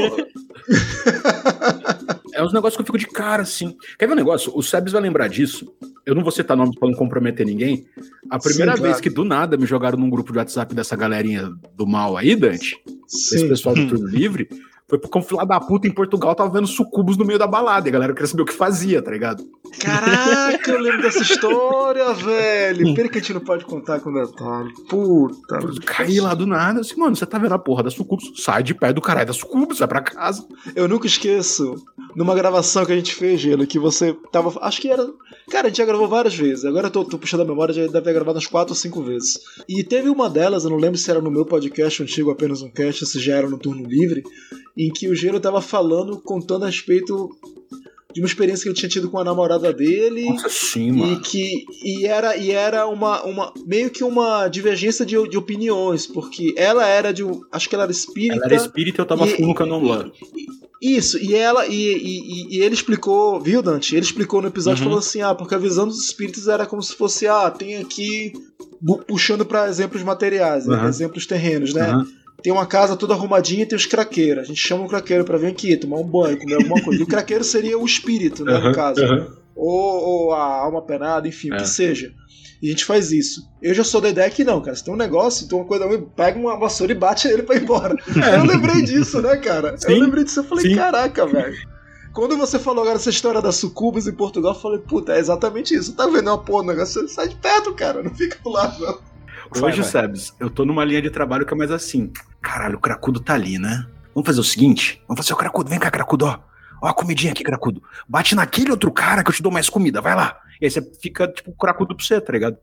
É uns negócios que eu fico de cara, assim. Quer ver um negócio? O Sebs vai lembrar disso. Eu não vou citar nomes pra não comprometer ninguém. A primeira vez que do nada me jogaram num grupo de WhatsApp dessa galerinha do mal aí, Dante, esse pessoal do Turno Livre, foi porque um filho da puta em Portugal tava vendo sucubos no meio da balada e a galera queria saber o que fazia, tá ligado? Caraca, eu lembro dessa história, velho. Pena que a gente não pode contar com detalhe. Puta. Caí lá do nada, assim, mano, você tá vendo a porra da sucubos? Sai de perto do caralho da sucubos, vai pra casa. Eu nunca esqueço, numa gravação que a gente fez, Gelo, que você tava... Acho que era... Cara, a gente já gravou várias vezes. Agora eu tô puxando a memória, já deve ter gravado umas 4 ou 5 vezes. E teve uma delas, eu não lembro se era no meu podcast antigo, apenas um cast, se já era no Turno Livre, em que o Gelo tava falando, contando a respeito de uma experiência que ele tinha tido com a namorada dele. Nossa, sim, mano. E era uma meio que uma divergência de opiniões, porque ela era acho que ela era espírita. Ela era espírita e eu tava fundo no candomblé. Isso, e ele explicou, viu, Dante? Ele explicou no episódio, falou assim, porque a visão dos espíritos era como se fosse, tem aqui, puxando para exemplos materiais, né, exemplos terrenos, né? Tem uma casa toda arrumadinha e tem os craqueiros. A gente chama o craqueiro pra vir aqui, tomar um banho, comer alguma coisa. E o craqueiro seria o espírito, né, no caso. Ou a alma penada, enfim, o que seja. E a gente faz isso. Eu já sou da ideia que não, cara. Se tem um negócio, tem uma coisa ruim, pega uma vassoura e bate ele pra ir embora. Eu lembrei disso, né, cara? Sim, eu lembrei disso, eu falei, caraca, velho. Quando você falou agora essa história das sucubas em Portugal, eu falei, puta, é exatamente isso. Tá vendo uma porra, negócio? Você sai de perto, cara. Não fica do lado, não. Hoje, Sebs, eu tô numa linha de trabalho que é mais assim. Caralho, o cracudo tá ali, né? Vamos fazer o seguinte? Vamos fazer o cracudo. Vem cá, cracudo, ó. Ó a comidinha aqui, cracudo. Bate naquele outro cara que eu te dou mais comida. Vai lá. E aí você fica, tipo, cracudo pra você, tá ligado?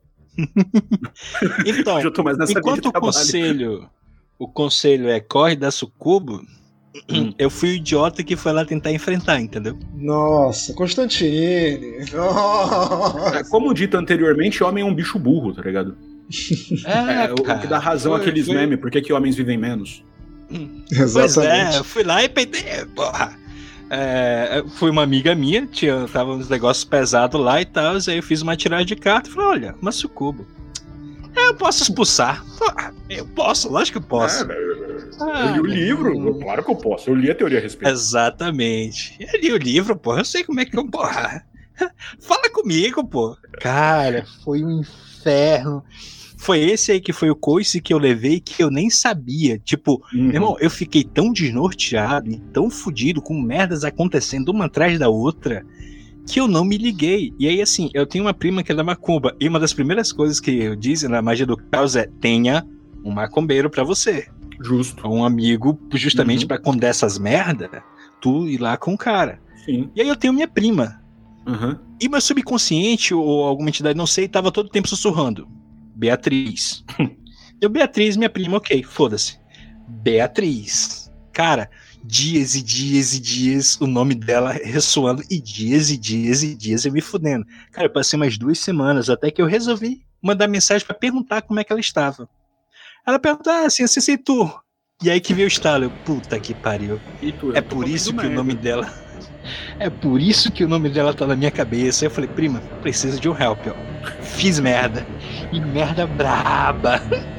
Então, enquanto o conselho é corre da sucubo, Eu fui o idiota que foi lá tentar enfrentar, entendeu? Nossa, Constantine. Nossa. Como dito anteriormente, homem é um bicho burro, tá ligado? O que dá razão àqueles memes, por que homens vivem menos? Exatamente. Pois eu fui lá e peitei, porra. Foi uma amiga minha, tava uns negócios pesados lá e tal, aí eu fiz uma tirada de carta e falei, olha, uma sucubo. Eu posso expulsar. Eu posso, lógico que eu posso. Eu li o livro, claro que eu posso. Eu li a teoria a respeito. Exatamente. Eu li o livro, porra. Eu sei como é que eu. Porra. Fala comigo, pô. Cara, foi um inferno. Foi esse aí que foi o coice que eu levei que eu nem sabia. Tipo, meu irmão, eu fiquei tão desnorteado e tão fudido com merdas acontecendo uma atrás da outra que eu não me liguei. E aí, assim, eu tenho uma prima que é da macumba. E uma das primeiras coisas que eu disse na magia do caos é: tenha um macumbeiro pra você. Justo. Um amigo, justamente pra quando der essas merda, tu ir lá com o cara. Sim. E aí eu tenho minha prima. E meu subconsciente, ou alguma entidade, não sei, tava todo tempo sussurrando: Beatriz. Eu, Beatriz, minha prima, ok, foda-se. Beatriz. Cara, dias e dias e dias o nome dela ressoando, e dias e dias e dias eu me fudendo. Cara, eu passei umas 2 semanas até que eu resolvi mandar mensagem pra perguntar como é que ela estava. Ela perguntou, assim, e tu? E aí que veio o estalo, eu, puta que pariu. É por isso que o nome dela... É por isso que o nome dela tá na minha cabeça. Eu falei, prima, preciso de um help, ó. Fiz merda. E merda braba.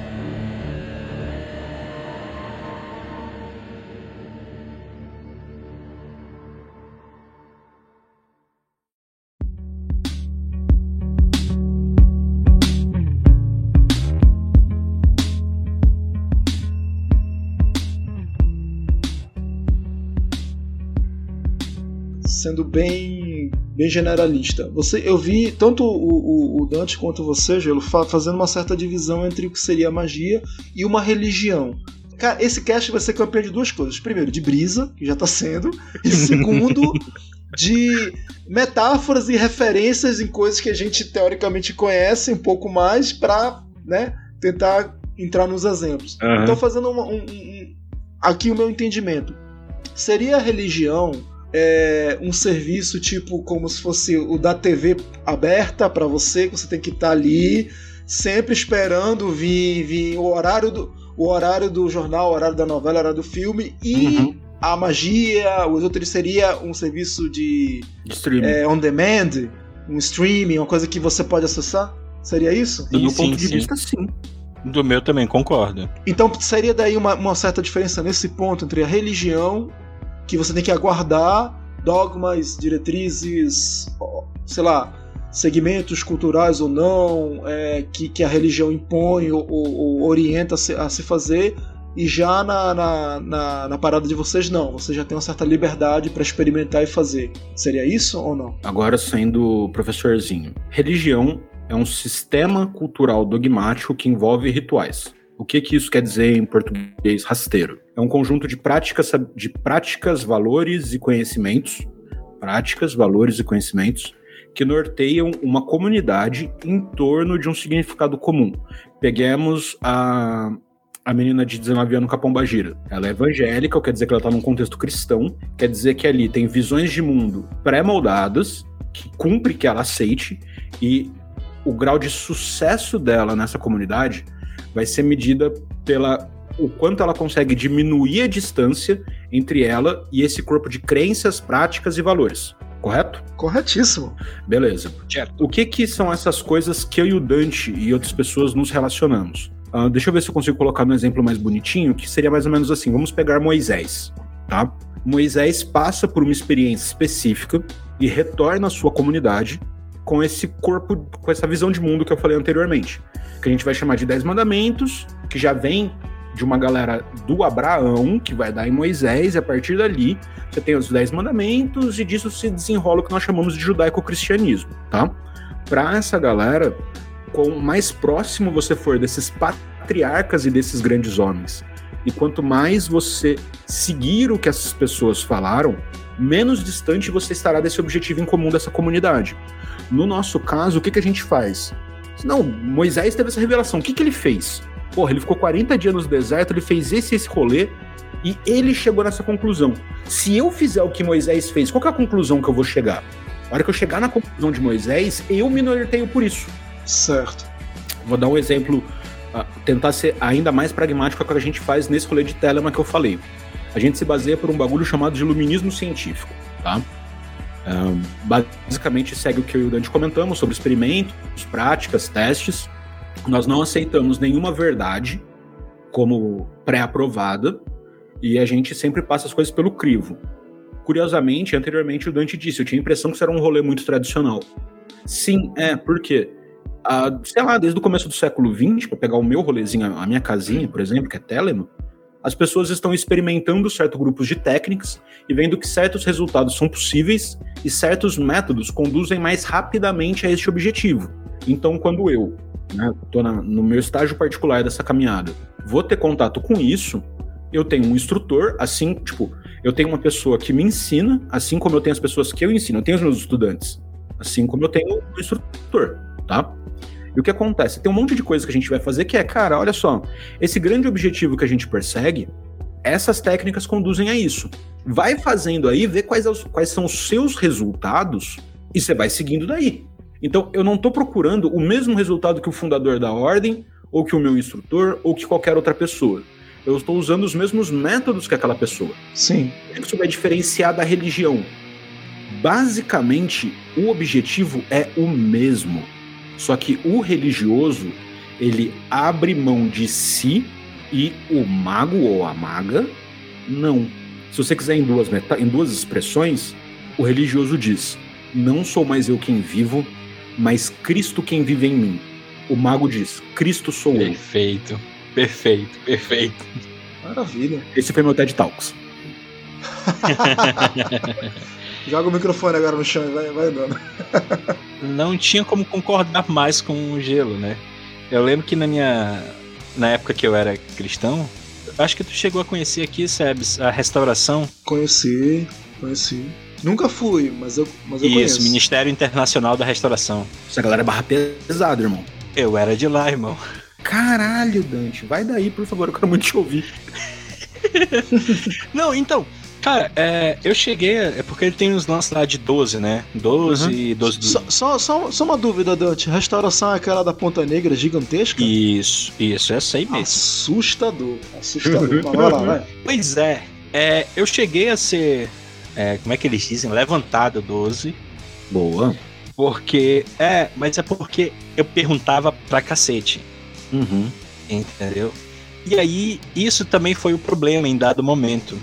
Sendo bem generalista. Eu vi tanto o Dante quanto você, Gelo, fazendo uma certa divisão entre o que seria a magia e uma religião. Cara, esse cast vai ser campeão de 2 coisas. Primeiro, de brisa, que já tá sendo. E segundo, de metáforas e referências em coisas que a gente teoricamente conhece um pouco mais pra, né, tentar entrar nos exemplos. Então, fazendo aqui o meu entendimento. Seria a religião um serviço tipo como se fosse o da TV aberta para você, que você tem que estar ali sempre esperando vir o horário do jornal, o horário da novela, o horário do filme, e a magia, os outros seria um serviço de streaming, on demand, um streaming, uma coisa que você pode acessar? Seria isso? Do meu ponto de vista, sim. Do meu também, concordo. Então seria daí uma certa diferença nesse ponto entre a religião, que você tem que aguardar dogmas, diretrizes, sei lá, segmentos culturais ou não, que a religião impõe ou orienta a se fazer, e já na parada de vocês, não. Você já tem uma certa liberdade para experimentar e fazer. Seria isso ou não? Agora, sendo professorzinho, religião é um sistema cultural dogmático que envolve rituais. O que isso quer dizer em português rasteiro? É um conjunto de práticas, valores e conhecimentos, que norteiam uma comunidade em torno de um significado comum. Peguemos a menina de 19 anos, Capombagira. Ela é evangélica, quer dizer que ela está num contexto cristão, quer dizer que ali tem visões de mundo pré-moldadas, que cumpre que ela aceite, e o grau de sucesso dela nessa comunidade vai ser medida o quanto ela consegue diminuir a distância entre ela e esse corpo de crenças, práticas e valores. Correto? Corretíssimo. Beleza. Certo. O que são essas coisas que eu e o Dante e outras pessoas nos relacionamos? Deixa eu ver se eu consigo colocar um exemplo mais bonitinho, que seria mais ou menos assim. Vamos pegar Moisés, tá? Moisés passa por uma experiência específica e retorna à sua comunidade com esse corpo, com essa visão de mundo que eu falei anteriormente, que a gente vai chamar de 10 mandamentos, que já vem de uma galera do Abraão, que vai dar em Moisés, e a partir dali você tem os 10 mandamentos, e disso se desenrola o que nós chamamos de judaico-cristianismo, tá? Para essa galera, quanto mais próximo você for desses patriarcas e desses grandes homens, e quanto mais você seguir o que essas pessoas falaram, menos distante você estará desse objetivo em comum dessa comunidade. No nosso caso, o que a gente faz? Não, Moisés teve essa revelação. O que ele fez? Porra, ele ficou 40 dias no deserto, ele fez esse rolê, E ele chegou nessa conclusão. Se eu fizer o que Moisés fez, qual que é a conclusão que eu vou chegar? A hora que eu chegar na conclusão de Moisés, eu me norteio por isso. Certo. Vou dar um exemplo, tentar ser ainda mais pragmático com o que a gente faz nesse rolê de Telemann que eu falei. A gente se baseia por um bagulho chamado de iluminismo científico, tá? Basicamente segue o que eu e o Dante comentamos sobre experimentos, práticas, testes. Nós não aceitamos nenhuma verdade como pré-aprovada e a gente sempre passa as coisas pelo crivo. Curiosamente, anteriormente o Dante disse, eu tinha a impressão que isso era um rolê muito tradicional. Sim, por quê? Sei lá, desde o começo do século XX, para pegar o meu rolezinho, a minha casinha, por exemplo, que é Telemann, as pessoas estão experimentando certos grupos de técnicas e vendo que certos resultados são possíveis e certos métodos conduzem mais rapidamente a este objetivo. Então, quando eu estou no meu estágio particular dessa caminhada, vou ter contato com isso, eu tenho um instrutor, assim, eu tenho uma pessoa que me ensina, assim como eu tenho as pessoas que eu ensino, eu tenho os meus estudantes, assim como eu tenho um instrutor, tá? E o que acontece? Tem um monte de coisa que a gente vai fazer que cara, olha só, esse grande objetivo que a gente persegue, essas técnicas conduzem a isso. Vai fazendo aí, vê quais são os seus resultados e você vai seguindo daí. Então, eu não estou procurando o mesmo resultado que o fundador da ordem, ou que o meu instrutor, ou que qualquer outra pessoa. Eu estou usando os mesmos métodos que aquela pessoa. Sim. Isso vai diferenciar da religião. Basicamente, o objetivo é o mesmo. Só que o religioso, ele abre mão de si e o mago ou a maga, não. Se você quiser em duas expressões, o religioso diz, não sou mais eu quem vivo, mas Cristo quem vive em mim. O mago diz, Cristo sou eu. Perfeito. Maravilha. Esse foi meu TED Talks. Joga o microfone agora no chão e vai andando. Não tinha como concordar mais com o Gelo, né? Eu lembro que na época que eu era cristão, acho que tu chegou a conhecer aqui, Sebs, a restauração. Conheci. Nunca fui, mas eu conheço. Isso, Ministério Internacional da Restauração. Essa galera é barra pesada, irmão. Eu era de lá, irmão. Caralho, Dante, vai daí, por favor, eu quero muito te ouvir. Não, então, cara, eu cheguei, porque ele tem uns lances lá de 12, né? 12, 12... Só uma dúvida, Dante. Restauração é aquela da Ponta Negra gigantesca? Isso, essa aí mesmo. Assustador. Vai lá. Pois eu cheguei a ser, como é que eles dizem? Levantado 12. Boa. Porque, mas é porque eu perguntava pra cacete. Uhum. Entendeu? E aí, isso também foi o problema em dado momento.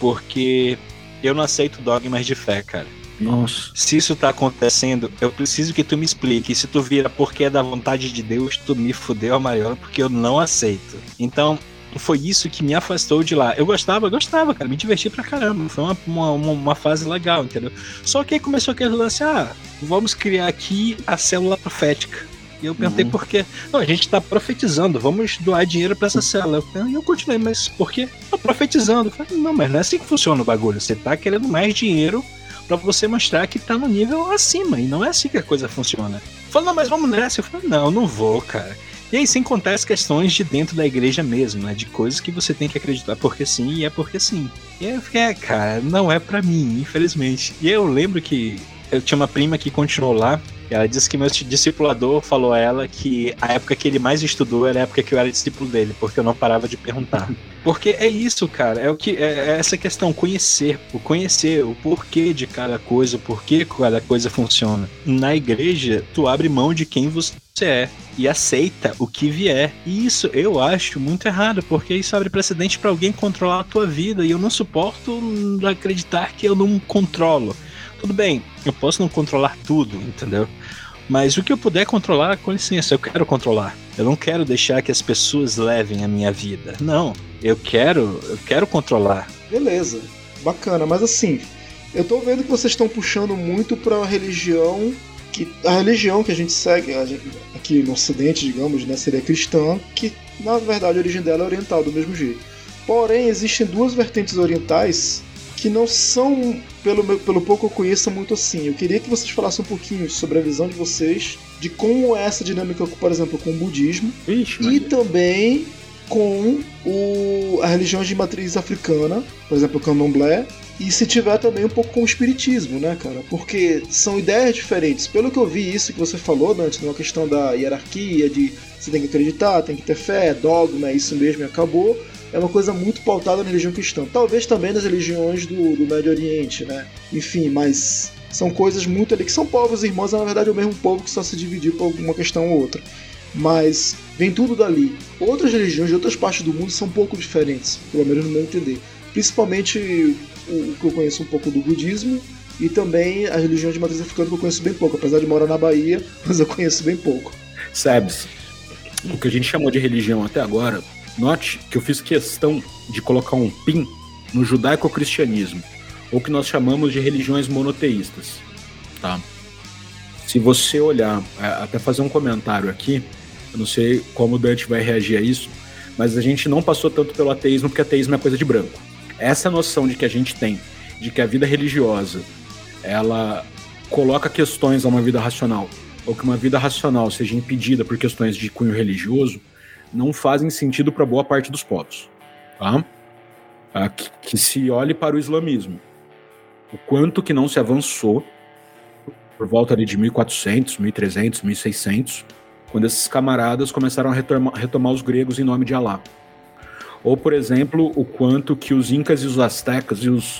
Porque eu não aceito dogmas de fé, cara. Nossa. Se isso tá acontecendo, eu preciso que tu me explique. E se tu vira porque é da vontade de Deus, tu me fudeu a maior, porque eu não aceito. Então, foi isso que me afastou de lá. Eu gostava, cara, me diverti pra caramba. Foi uma fase legal, entendeu? Só que aí começou aquele lance, vamos criar aqui a célula profética. E eu perguntei por quê. Não, a gente tá profetizando, vamos doar dinheiro pra essa célula. Eu continuei, mas por quê? Tô profetizando. Eu falei, não, mas não é assim que funciona o bagulho. Você tá querendo mais dinheiro pra você mostrar que tá no nível acima. E não é assim que a coisa funciona. Eu falei, não, mas vamos nessa. Eu falei, não vou, cara. E aí sem contar as questões de dentro da igreja mesmo, né? De coisas que você tem que acreditar porque sim e é porque sim. E aí eu fiquei, cara, não é pra mim, infelizmente. E eu lembro que eu tinha uma prima que continuou lá. E ela disse que meu discipulador falou a ela que a época que ele mais estudou era a época que eu era discípulo dele, porque eu não parava de perguntar. Porque é isso, cara, é essa questão, conhecer o porquê de cada coisa, o porquê cada coisa funciona. Na igreja, tu abre mão de quem você é e aceita o que vier. E isso eu acho muito errado, porque isso abre precedente pra alguém controlar a tua vida, e eu não suporto acreditar que eu não controlo. Tudo bem, eu posso não controlar tudo, entendeu? Mas o que eu puder controlar, com licença, eu quero controlar. Eu não quero deixar que as pessoas levem a minha vida. Não, eu quero controlar. Beleza, bacana, mas assim, eu tô vendo que vocês estão puxando muito pra religião, a religião que a gente segue, aqui no ocidente, digamos, né, seria cristã, que na verdade a origem dela é oriental do mesmo jeito. Porém, existem duas vertentes orientais que não são, pelo pouco eu conheço, muito assim. Eu queria que vocês falassem um pouquinho sobre a visão de vocês, de como é essa dinâmica, por exemplo, com o budismo. Ixi, e também com a religião de matriz africana, por exemplo, o candomblé, e se tiver também um pouco com o espiritismo, né, cara? Porque são ideias diferentes. Pelo que eu vi, isso que você falou, Dante, uma questão da hierarquia, de você tem que acreditar, tem que ter fé, dogma, é isso mesmo e acabou, é uma coisa muito pautada na religião cristã. Talvez também nas religiões do Médio Oriente, né? Enfim, mas são coisas muito ali, que são povos irmãos, na verdade é o mesmo povo que só se dividiu por alguma questão ou outra. Mas vem tudo dali. Outras religiões de outras partes do mundo são um pouco diferentes, pelo menos no meu entender. Principalmente o que eu conheço um pouco do budismo e também a religião de matriz africana que eu conheço bem pouco, apesar de morar na Bahia, mas eu conheço bem pouco. Sebs, o que a gente chamou de religião até agora, note que eu fiz questão de colocar um pin no judaico-cristianismo, ou que nós chamamos de religiões monoteístas, tá? Se você olhar, até fazer um comentário aqui, eu não sei como o Dante vai reagir a isso, mas a gente não passou tanto pelo ateísmo, porque ateísmo é coisa de branco. Essa noção de que a gente tem, de que a vida religiosa, ela coloca questões a uma vida racional, ou que uma vida racional seja impedida por questões de cunho religioso, não fazem sentido para boa parte dos povos. Tá? Que se olhe para o islamismo. O quanto que não se avançou por volta ali de 1400, 1300, 1600, quando esses camaradas começaram a retomar os gregos em nome de Alá. Ou, por exemplo, o quanto que os incas e os astecas e os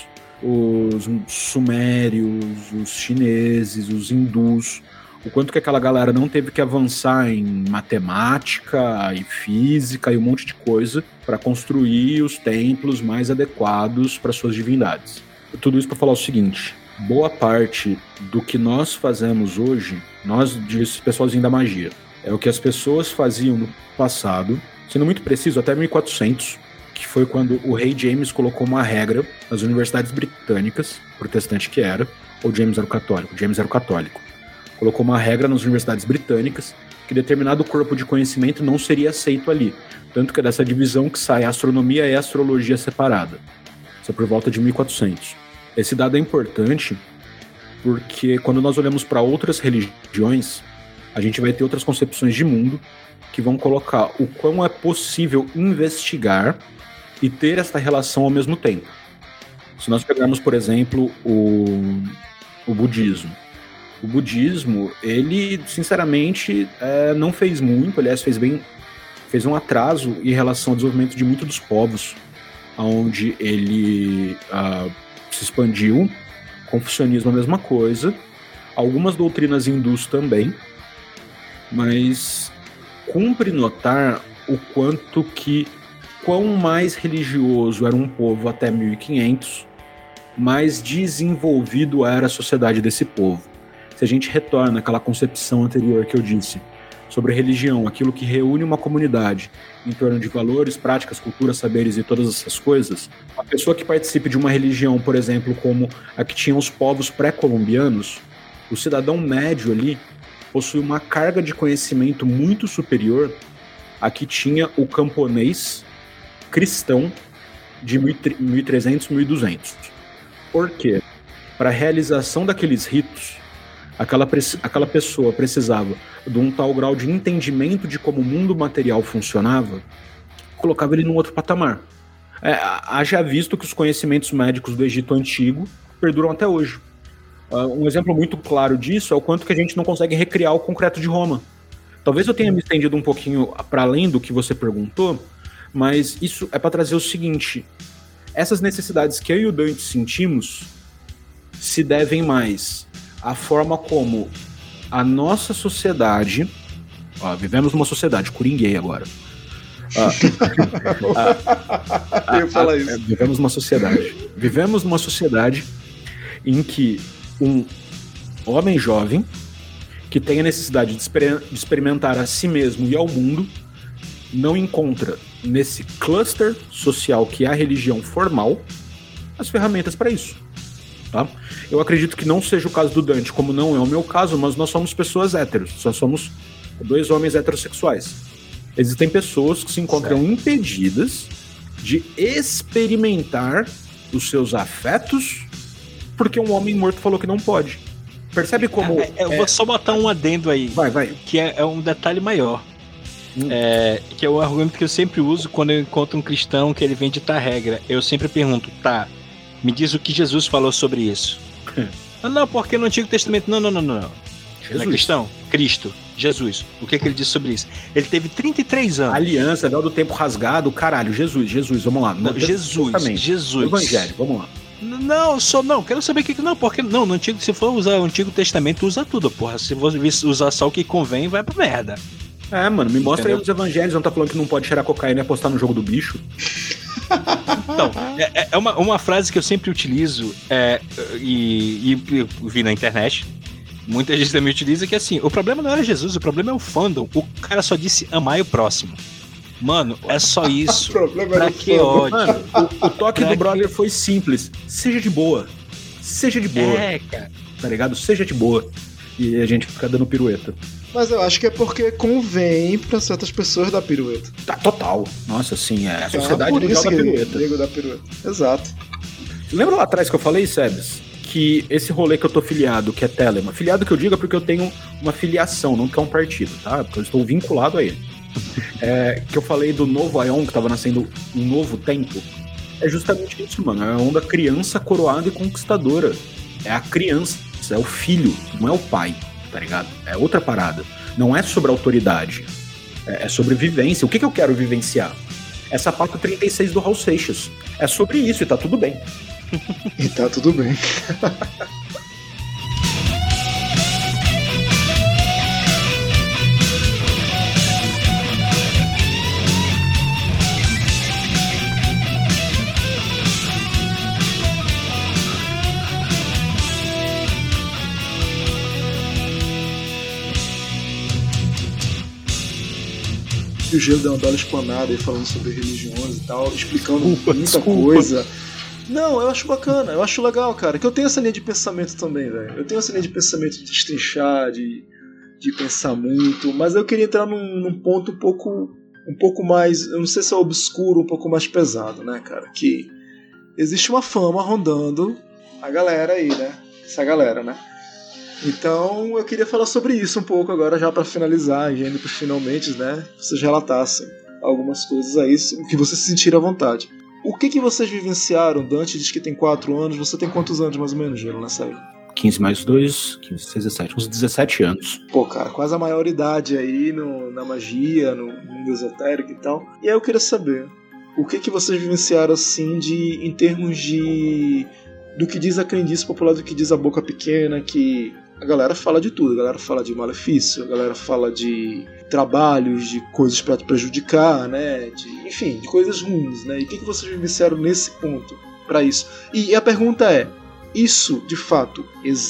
sumérios, os chineses, os hindus, o quanto que aquela galera não teve que avançar em matemática e física e um monte de coisa para construir os templos mais adequados para suas divindades. Tudo isso para falar o seguinte: boa parte do que nós fazemos hoje, nós, esse pessoalzinho da magia, é o que as pessoas faziam no passado, sendo muito preciso, até 1400, que foi quando o rei James colocou uma regra nas universidades britânicas, protestante que era, ou James era o católico? James era o católico. Colocou uma regra nas universidades britânicas que determinado corpo de conhecimento não seria aceito ali. Tanto que é dessa divisão que sai a astronomia e a astrologia separada. Isso é por volta de 1400. Esse dado é importante porque quando nós olhamos para outras religiões, a gente vai ter outras concepções de mundo que vão colocar o quão é possível investigar e ter esta relação ao mesmo tempo. Se nós pegarmos, por exemplo, o budismo. O budismo, ele, sinceramente, não fez muito, aliás, fez um atraso em relação ao desenvolvimento de muitos dos povos, onde ele se expandiu. Confucionismo, a mesma coisa. Algumas doutrinas hindus também, mas cumpre notar o quão mais religioso era um povo até 1500, mais desenvolvido era a sociedade desse povo. Se a gente retorna àquela concepção anterior que eu disse sobre religião, aquilo que reúne uma comunidade em torno de valores, práticas, culturas, saberes e todas essas coisas, a pessoa que participe de uma religião, por exemplo, como a que tinha os povos pré-colombianos, o cidadão médio ali possui uma carga de conhecimento muito superior a que tinha o camponês cristão de 1300, 1200. Por quê? Para a realização daqueles ritos, aquela pessoa precisava de um tal grau de entendimento de como o mundo material funcionava, colocava ele num outro patamar. Haja visto que os conhecimentos médicos do Egito Antigo perduram até hoje. Um exemplo muito claro disso é o quanto que a gente não consegue recriar o concreto de Roma. Talvez eu tenha me estendido um pouquinho para além do que você perguntou, mas isso é para trazer o seguinte: essas necessidades que eu e o Dante sentimos se devem mais à forma como a nossa sociedade... vivemos numa sociedade, coringuei agora. Eu ia falar isso. Vivemos numa sociedade em que um homem jovem que tem a necessidade de experimentar a si mesmo e ao mundo não encontra nesse cluster social que é a religião formal as ferramentas para isso. Tá? Eu acredito que não seja o caso do Dante, como não é o meu caso, mas nós somos pessoas héteros, só somos 2 homens heterossexuais. Existem pessoas que se encontram impedidas de experimentar os seus afetos porque um homem morto falou que não pode. Percebe como... Eu vou só botar um adendo aí, vai. Que é um detalhe maior. Que é o argumento que eu sempre uso quando eu encontro um cristão que ele vem ditar regra. Eu sempre pergunto, tá, me diz o que Jesus falou sobre isso. Não, porque no Antigo Testamento, não. Jesus. Não é cristão? Cristo, Jesus. O que ele disse sobre isso? Ele teve 33 anos. Aliança, véu do tempo rasgado, caralho, Jesus, vamos lá. Não, Jesus. Evangelho, vamos lá. Não, quero saber o que... Não, porque não, no Antigo, se for usar o Antigo Testamento, usa tudo, porra. Se você usar só o que convém, vai pra merda. Mano, me mostra aí os evangelhos, não tá falando que não pode cheirar cocaína e apostar no jogo do bicho? Então, é uma frase que eu sempre utilizo e vi na internet. Muita gente também utiliza que assim, o problema não era Jesus, o problema é o fandom. O cara só disse amar o próximo. Mano, é só isso. Pra que ódio? Mano, o toque do brother foi simples. Seja de boa. Cara. Tá ligado? Seja de boa. E a gente fica dando pirueta. Mas eu acho que é porque convém pra certas pessoas dar pirueta. Tá, total. Nossa, sim, a sociedade mundial da pirueta. Da pirueta. Exato. Lembra lá atrás que eu falei, Sebes? Que esse rolê que eu tô filiado, que é Telema. Filiado que eu digo é porque eu tenho uma filiação, não que é um partido, tá? Porque eu estou vinculado a ele. Que eu falei do novo Aion, que tava nascendo um novo tempo. É justamente isso, mano. É a onda criança coroada e conquistadora. É a criança, é o filho, não é o pai, tá ligado? É outra parada. Não é sobre autoridade. É sobre vivência. O que eu quero vivenciar? É sapato 36 do Raul Seixas. É sobre isso e tá tudo bem. E tá tudo bem. E o Gelo deu uma bela explanada aí falando sobre religiões e tal, explicando muita coisa. Não, eu acho bacana, eu acho legal, cara, que eu tenho essa linha de pensamento também, velho. Eu tenho essa linha de pensamento de destrinchar, de pensar muito, mas eu queria entrar num ponto um pouco mais, eu não sei se é obscuro, um pouco mais pesado, né, cara? Que existe uma fama rondando a galera aí, né? Essa galera, né? Então eu queria falar sobre isso um pouco agora, já pra finalizar, e indo pros finalmente, né? Vocês relatassem algumas coisas aí, que vocês se sentirem à vontade. O que vocês vivenciaram? Dante diz que tem 4 anos. Você tem quantos anos, mais ou menos, Gelo, na série? 15 mais 2, 15, 16, 17. Uns 17 anos. Pô, cara, quase a maioridade aí na magia, no mundo esotérico e tal. E aí eu queria saber, o que vocês vivenciaram, assim, em termos do que diz a crendice popular, do que diz a boca pequena, que a galera fala de tudo. A galera fala de malefício, a galera fala de trabalhos, de coisas pra te prejudicar, né? Enfim, de coisas ruins, né? E o que vocês vivenciaram nesse ponto pra isso? E a pergunta é, isso, de fato,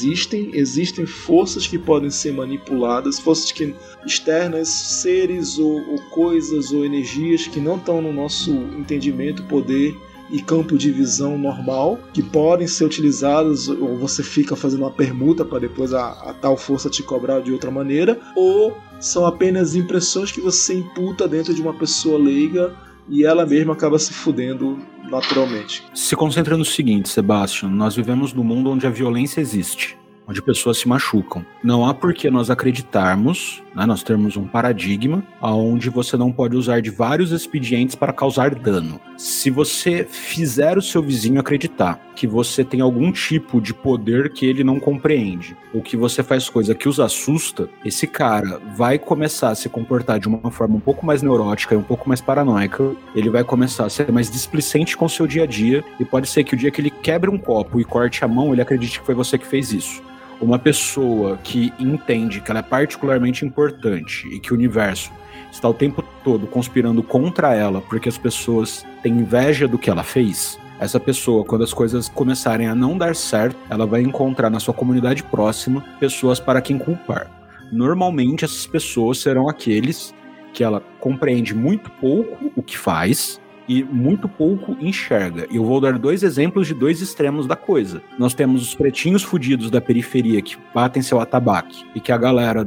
existem forças que podem ser manipuladas, forças externas, seres ou coisas ou energias que não estão no nosso entendimento, poder e campo de visão normal, que podem ser utilizadas, ou você fica fazendo uma permuta para depois a tal força te cobrar de outra maneira, ou são apenas impressões que você imputa dentro de uma pessoa leiga e ela mesma acaba se fudendo naturalmente. Se concentra no seguinte, Sebastian, nós vivemos num mundo onde a violência existe, onde pessoas se machucam. Não há por que nós acreditarmos, né, nós temos um paradigma onde você não pode usar de vários expedientes para causar dano. Se você fizer o seu vizinho acreditar que você tem algum tipo de poder que ele não compreende, ou que você faz coisa que os assusta, esse cara vai começar a se comportar de uma forma um pouco mais neurótica e um pouco mais paranoica, ele vai começar a ser mais displicente com o seu dia a dia, e pode ser que o dia que ele quebre um copo e corte a mão, ele acredite que foi você que fez isso. Uma pessoa que entende que ela é particularmente importante e que o universo está o tempo todo conspirando contra ela porque as pessoas têm inveja do que ela fez, essa pessoa, quando as coisas começarem a não dar certo, ela vai encontrar na sua comunidade próxima pessoas para quem culpar. Normalmente essas pessoas serão aqueles que ela compreende muito pouco o que faz e muito pouco enxerga. E eu vou dar 2 exemplos de 2 extremos da coisa. Nós temos os pretinhos fudidos da periferia que batem seu atabaque e que a galera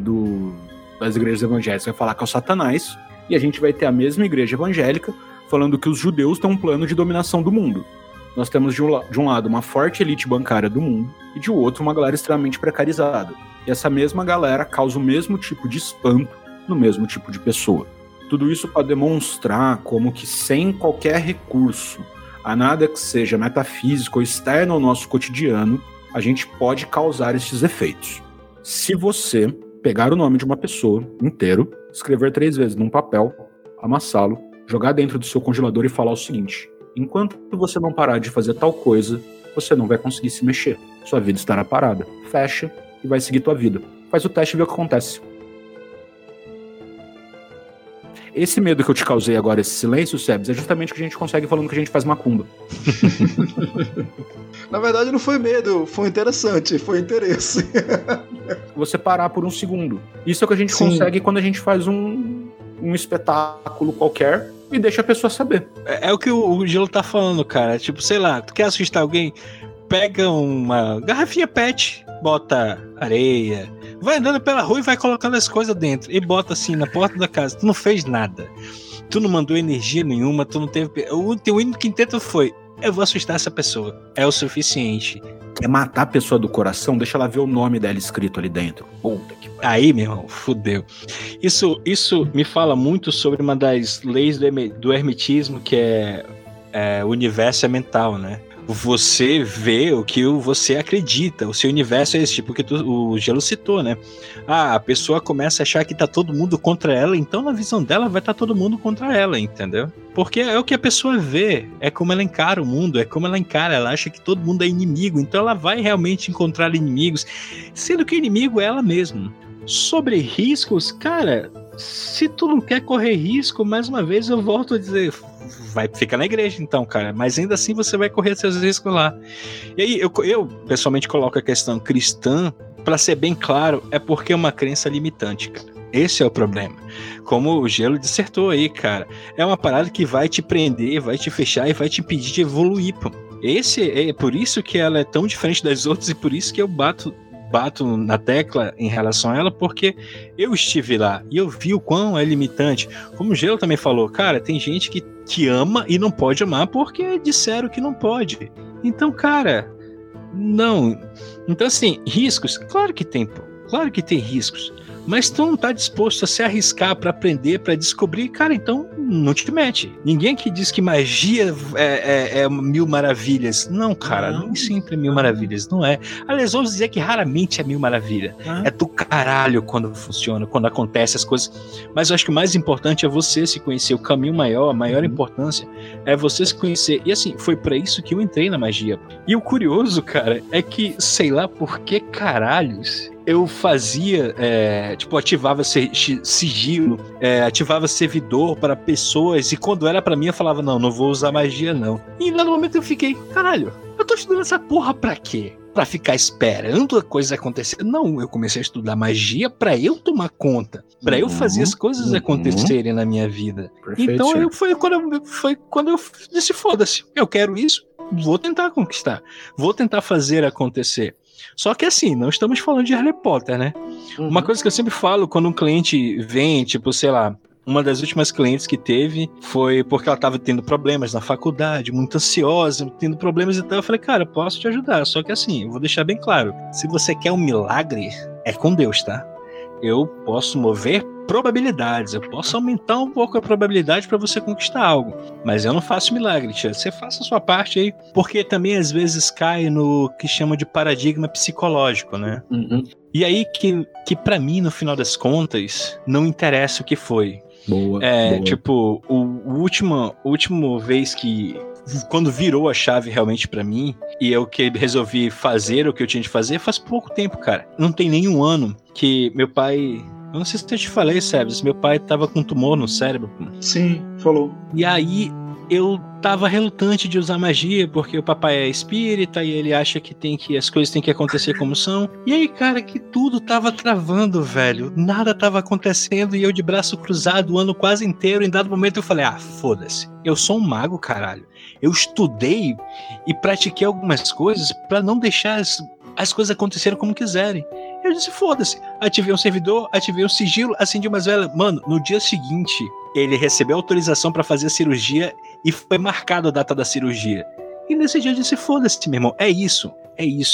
das igrejas evangélicas vai falar que é o Satanás, e a gente vai ter a mesma igreja evangélica falando que os judeus têm um plano de dominação do mundo. Nós temos de um lado uma forte elite bancária do mundo e de outro uma galera extremamente precarizada. E essa mesma galera causa o mesmo tipo de espanto no mesmo tipo de pessoa. Tudo isso para demonstrar como que sem qualquer recurso a nada que seja metafísico ou externo ao nosso cotidiano, a gente pode causar esses efeitos. Se você pegar o nome de uma pessoa inteiro, escrever 3 vezes num papel, amassá-lo, jogar dentro do seu congelador e falar o seguinte: enquanto você não parar de fazer tal coisa, você não vai conseguir se mexer. Sua vida estará parada. Fecha e vai seguir tua vida. Faz o teste e vê o que acontece. Esse medo que eu te causei agora, esse silêncio, Sebs, é justamente o que a gente consegue falando que a gente faz macumba. Na verdade não foi medo, foi interessante, foi interesse. Você parar por um segundo. Isso é o que a gente consegue quando a gente faz um espetáculo qualquer e deixa a pessoa saber. É o que o Gelo tá falando, cara. Tipo, sei lá, tu quer assustar alguém? Pega uma garrafinha PET, bota areia, vai andando pela rua e vai colocando as coisas dentro. E bota assim na porta da casa. Tu não fez nada. Tu não mandou energia nenhuma, tu não teve... O teu único quinteto foi: eu vou assustar essa pessoa. É o suficiente. Quer matar a pessoa do coração? Deixa ela ver o nome dela escrito ali dentro. Puta que pariu. Aí, meu irmão, fudeu. Isso me fala muito sobre uma das leis do hermetismo, que é o universo é mental, né? Você vê o que você acredita. O seu universo é esse tipo que o Gelo citou, né? A pessoa começa a achar que tá todo mundo contra ela, então na visão dela vai estar todo mundo contra ela, entendeu? Porque é o que a pessoa vê, é como ela encara o mundo, é como ela encara, ela acha que todo mundo é inimigo, então ela vai realmente encontrar inimigos, sendo que o inimigo é ela mesma. Sobre riscos, cara, se tu não quer correr risco, mais uma vez eu volto a dizer, vai ficar na igreja então, cara, mas ainda assim você vai correr seus riscos lá. E aí eu pessoalmente coloco a questão cristã, pra ser bem claro, é porque é uma crença limitante, cara. Esse é o problema. Como o Gelo dissertou aí, cara, é uma parada que vai te prender, vai te fechar e vai te impedir de evoluir, pô. É por isso que ela é tão diferente das outras e por isso que eu bato na tecla em relação a ela, porque eu estive lá e eu vi o quão é limitante. Como o Gelo também falou, cara, tem gente que ama e não pode amar porque disseram que não pode. Então, cara, não. Então, assim, riscos, claro que tem, pô. Claro que tem riscos. Mas tu não tá disposto a se arriscar pra aprender, pra descobrir, cara, então não te mete. Ninguém que diz que magia é 1000 maravilhas. Não, cara, nem sempre é 1000 maravilhas, não é. Aliás, vamos dizer que raramente é 1000 maravilhas. É do caralho quando funciona, quando acontece as coisas. Mas eu acho que o mais importante é você se conhecer. O caminho maior, a maior importância é você se conhecer. E assim, foi pra isso que eu entrei na magia. E o curioso, cara, é que, sei lá por que caralhos, eu fazia, ativava sigilo, ativava servidor para pessoas, e quando era pra mim eu falava, não vou usar magia não. E lá no momento eu fiquei, caralho, eu tô estudando essa porra pra quê? Pra ficar esperando a coisa acontecer? Não, eu comecei a estudar magia pra eu tomar conta, pra eu fazer as coisas acontecerem na minha vida. Perfeito. Então foi quando eu disse, foda-se, eu quero isso, vou tentar conquistar, vou tentar fazer acontecer. Só que assim, não estamos falando de Harry Potter, né? Uma coisa que eu sempre falo quando um cliente vem, tipo, sei lá, uma das últimas clientes que teve foi porque ela estava tendo problemas na faculdade, muito ansiosa, tendo problemas e tal. Eu falei, cara, eu posso te ajudar. Só que assim, eu vou deixar bem claro, se você quer um milagre, é com Deus, tá? Eu posso mover probabilidades, eu posso aumentar um pouco a probabilidade para você conquistar algo, mas eu não faço milagre, tia. Você faça a sua parte aí, porque também às vezes cai no que chama de paradigma psicológico, né? E aí que para mim, no final das contas, não interessa o que foi. Boa. Tipo, o último vez que quando virou a chave realmente pra mim e eu que resolvi fazer o que eu tinha de fazer, faz pouco tempo, cara. Não tem nem um ano que meu pai... Eu não sei se eu te falei, Sebs, meu pai tava com tumor no cérebro. Sim, falou. E aí eu tava relutante de usar magia, porque o papai é espírita e ele acha que as coisas têm que acontecer como são. E aí, cara, que tudo tava travando, velho. Nada tava acontecendo e eu de braço cruzado o ano quase inteiro. Em dado momento eu falei, foda-se. Eu sou um mago, caralho. Eu estudei e pratiquei algumas coisas pra não deixar as coisas acontecerem como quiserem. Eu disse, foda-se. Ativei um servidor, ativei um sigilo, acendi umas velas. Mano, no dia seguinte, ele recebeu autorização pra fazer a cirurgia e foi marcada a data da cirurgia. E nesse dia eu disse, foda-se, meu irmão. É isso.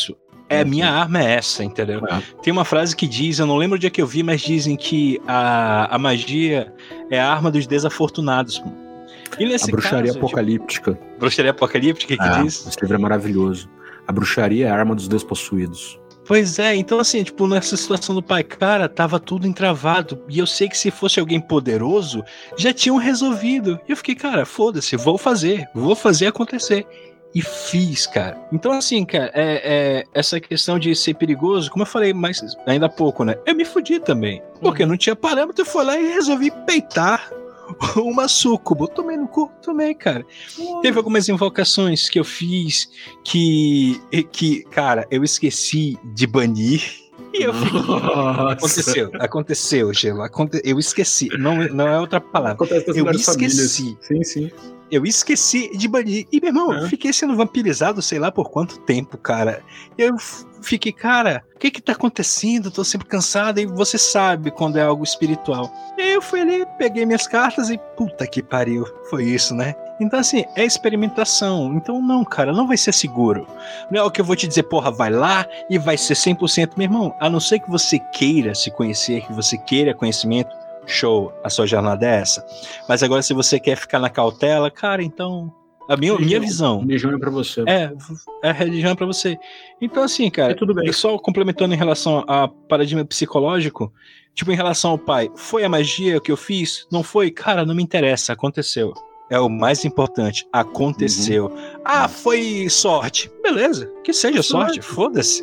a minha arma é essa, entendeu? Tem uma frase que diz, eu não lembro onde é que eu vi, mas dizem que a magia é a arma dos desafortunados. E nesse a bruxaria caso, apocalíptica. Tipo, bruxaria apocalíptica que diz? Esse livro é maravilhoso. A bruxaria é a arma dos despossuídos. Pois é, então assim, tipo, nessa situação do pai, cara, tava tudo entravado. E eu sei que se fosse alguém poderoso, já tinham resolvido. E eu fiquei, cara, foda-se, vou fazer acontecer. E fiz, cara. Então, assim, cara, essa questão de ser perigoso, como eu falei mais ainda há pouco, né? Eu me fudi também. Porque não tinha parâmetro, eu fui lá e resolvi peitar uma súcubo. Tomei no cu, cara. Teve algumas invocações que eu fiz que, cara, eu esqueci de banir. E eu fiquei... Aconteceu, Gelo. Eu esqueci. Não é outra palavra. Eu esqueci. Sim. Eu esqueci de banir. E, meu irmão, fiquei sendo vampirizado, sei lá por quanto tempo, cara. Eu fiquei, cara, o que tá acontecendo? Tô sempre cansado. E você sabe quando é algo espiritual. E aí eu fui ali, peguei minhas cartas e puta que pariu. Foi isso, né? Então, assim, é experimentação. Então, não, cara, não vai ser seguro. Não é o que eu vou te dizer, porra, vai lá e vai ser 100%. Meu irmão, a não ser que você queira se conhecer, que você queira conhecimento, show, a sua jornada é essa. Mas agora, se você quer ficar na cautela, cara, então... A minha visão... Religião é pra você. A religião é pra você. Então, assim, cara, tudo bem. Só complementando em relação a paradigma psicológico, tipo, em relação ao pai, foi a magia que eu fiz? Não foi? Cara, não me interessa, aconteceu. É o mais importante, aconteceu. Foi sorte. Beleza, que seja sorte, foda-se.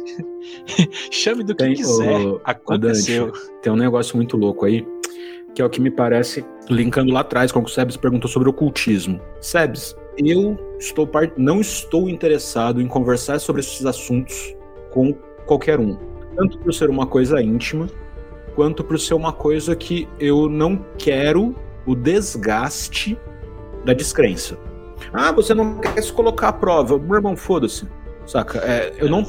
Chame do que quiser, aconteceu. Dante, tem um negócio muito louco aí, que é o que me parece, linkando lá atrás, quando o Sebes perguntou sobre ocultismo. Sebes, eu não estou interessado em conversar sobre esses assuntos com qualquer um. Tanto por ser uma coisa íntima, quanto por ser uma coisa que eu não quero o desgaste da descrença. Você não quer se colocar à prova. Meu irmão, foda-se. Saca? Eu não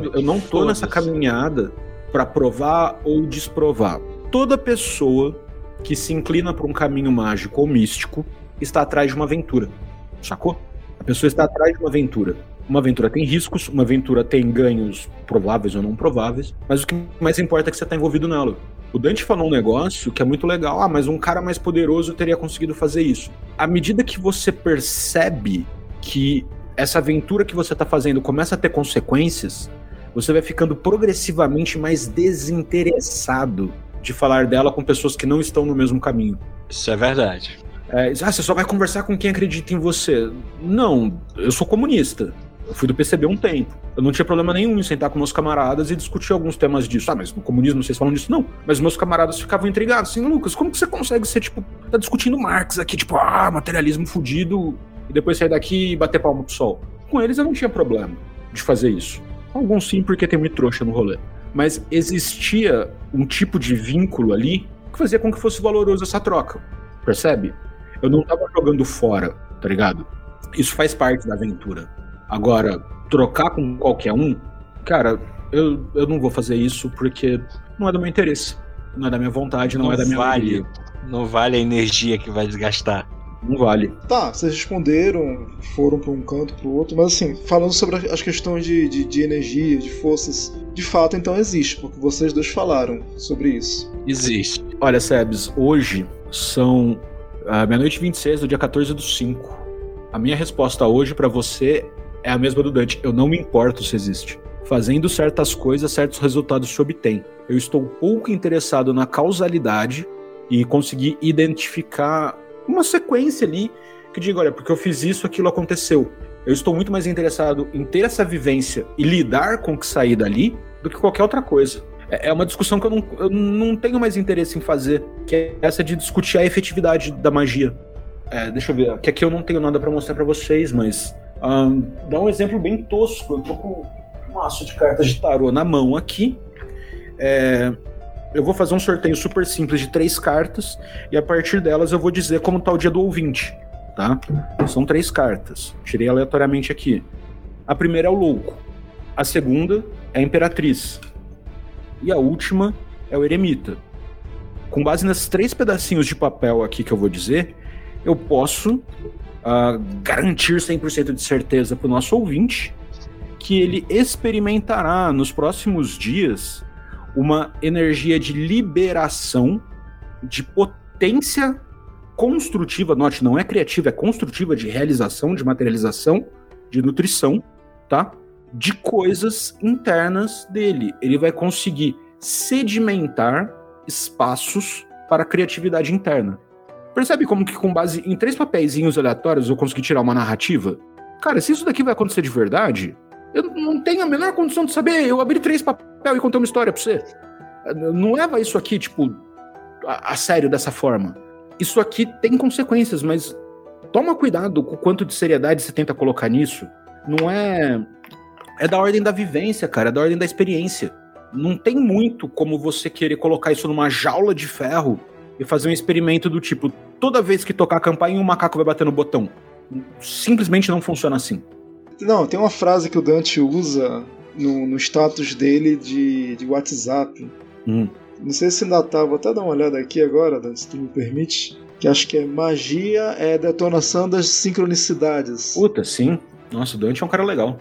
tô nessa caminhada pra provar ou desprovar. Toda pessoa que se inclina por um caminho mágico ou místico está atrás de uma aventura. Sacou? A pessoa está atrás de uma aventura. Uma aventura tem riscos, uma aventura tem ganhos prováveis ou não prováveis, mas o que mais importa é que você está envolvido nela. O Dante falou um negócio que é muito legal. Mas um cara mais poderoso teria conseguido fazer isso. À medida que você percebe que essa aventura que você está fazendo começa a ter consequências, você vai ficando progressivamente mais desinteressado de falar dela com pessoas que não estão no mesmo caminho. Isso é verdade. Você só vai conversar com quem acredita em você. Não, eu sou comunista. Eu fui do PCB um tempo. Eu não tinha problema nenhum em sentar com meus camaradas e discutir alguns temas disso. Mas no comunismo vocês falam disso? Não. Mas meus camaradas ficavam intrigados. Assim, Lucas, como que você consegue ser, tá discutindo Marx aqui, materialismo fudido, e depois sair daqui e bater palma pro sol? Com eles eu não tinha problema de fazer isso. Alguns sim, porque tem muito trouxa no rolê. Mas existia um tipo de vínculo ali que fazia com que fosse valoroso essa troca. Percebe? Eu não tava jogando fora, tá ligado? Isso faz parte da aventura. Agora, trocar com qualquer um, cara, eu não vou fazer isso porque não é do meu interesse, não é da minha vontade, não é da minha alegria. Não vale a energia que vai desgastar. Não vale. Tá, vocês responderam, foram pra um canto, pro outro, mas assim, falando sobre as questões de energia, de forças, de fato então existe, porque vocês dois falaram sobre isso. Existe. Olha, Sebes, hoje são meia-noite 26 do dia 14/5. A minha resposta hoje pra você é a mesma do Dante. Eu não me importo se existe. Fazendo certas coisas, certos resultados se obtém. Eu estou pouco interessado na causalidade e conseguir identificar uma sequência ali que diga, olha, porque eu fiz isso, aquilo aconteceu. Eu estou muito mais interessado em ter essa vivência e lidar com o que sair dali do que qualquer outra coisa. É uma discussão que eu não tenho mais interesse em fazer, que é essa de discutir a efetividade da magia. Deixa eu ver, que aqui eu não tenho nada pra mostrar pra vocês, mas dá um exemplo bem tosco. Eu tô com um maço de cartas de tarô na mão aqui. Eu vou fazer um sorteio super simples de 3 cartas e a partir delas eu vou dizer como tá o dia do ouvinte, tá? São 3 cartas, tirei aleatoriamente aqui. A primeira é o louco, a segunda é a imperatriz e a última é o eremita. Com base nesses 3 pedacinhos de papel aqui que eu vou dizer, eu posso garantir 100% de certeza pro nosso ouvinte que ele experimentará nos próximos dias uma energia de liberação, de potência construtiva, note, não é criativa, é construtiva, de realização, de materialização, de nutrição, tá? De coisas internas dele. Ele vai conseguir sedimentar espaços para a criatividade interna. Percebe como que com base em 3 papeizinhos aleatórios eu consegui tirar uma narrativa? Cara, se isso daqui vai acontecer de verdade, eu não tenho a menor condição de saber. Eu abri 3 papéis e contei uma história pra você. Não leva isso aqui, tipo, a sério dessa forma. Isso aqui tem consequências, mas toma cuidado com o quanto de seriedade você tenta colocar nisso. Não é... É da ordem da vivência, cara. É da ordem da experiência. Não tem muito como você querer colocar isso numa jaula de ferro e fazer um experimento do tipo, toda vez que tocar a campainha, um macaco vai bater no botão. Simplesmente não funciona assim. Não, tem uma frase que o Dante usa no status dele de WhatsApp. Não sei se ainda tá, vou até dar uma olhada aqui agora, Dante, se tu me permite. Que acho que é magia é detonação das sincronicidades. Puta, sim. Nossa, o Dante é um cara legal.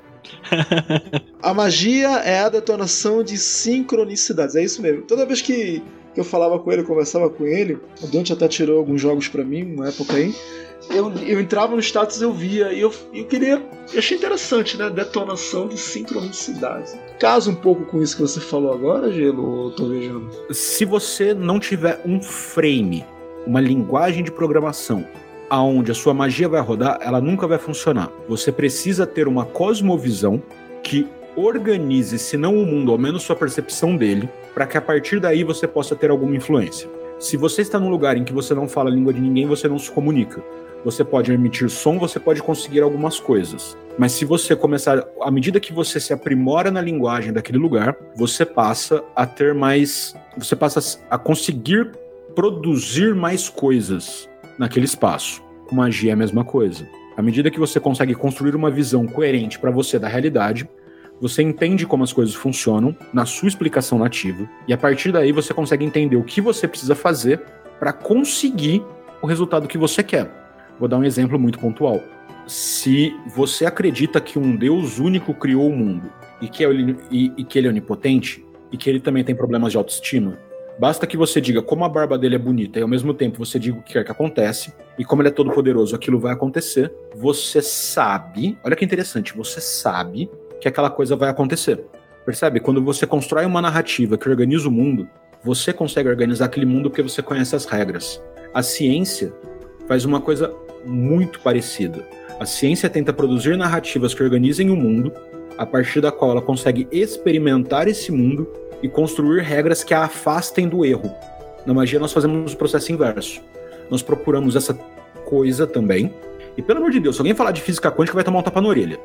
A magia é a detonação de sincronicidades, é isso mesmo. Toda vez que eu falava com ele, conversava com ele, o Dante até tirou alguns jogos pra mim, uma época aí, eu entrava no status, eu via, e eu achei interessante, né? Detonação de sincronicidade. Casa um pouco com isso que você falou agora, Gelo, ou tô viajando? Se você não tiver um frame, uma linguagem de programação, aonde a sua magia vai rodar, ela nunca vai funcionar. Você precisa ter uma cosmovisão que organize, se não o mundo, ao menos sua percepção dele, para que a partir daí você possa ter alguma influência. Se você está num lugar em que você não fala a língua de ninguém, você não se comunica. Você pode emitir som, você pode conseguir algumas coisas. Mas se você começar, à medida que você se aprimora na linguagem daquele lugar, você passa a ter mais... Você passa a conseguir produzir mais coisas naquele espaço. Com magia é a mesma coisa. À medida que você consegue construir uma visão coerente para você da realidade, você entende como as coisas funcionam na sua explicação nativa, e a partir daí você consegue entender o que você precisa fazer para conseguir o resultado que você quer. Vou dar um exemplo muito pontual. Se você acredita que um Deus único criou o mundo e que ele é onipotente e que ele também tem problemas de autoestima, basta que você diga como a barba dele é bonita e ao mesmo tempo você diga o que quer que acontece, e como ele é todo poderoso, aquilo vai acontecer, você sabe, olha que interessante, você sabe que aquela coisa vai acontecer. Percebe? Quando você constrói uma narrativa que organiza o mundo, você consegue organizar aquele mundo porque você conhece as regras. A ciência faz uma coisa muito parecida. A ciência tenta produzir narrativas que organizem o mundo, a partir da qual ela consegue experimentar esse mundo e construir regras que a afastem do erro. Na magia nós fazemos o processo inverso. Nós procuramos essa coisa também. E pelo amor de Deus, se alguém falar de física quântica, vai tomar um tapa na orelha.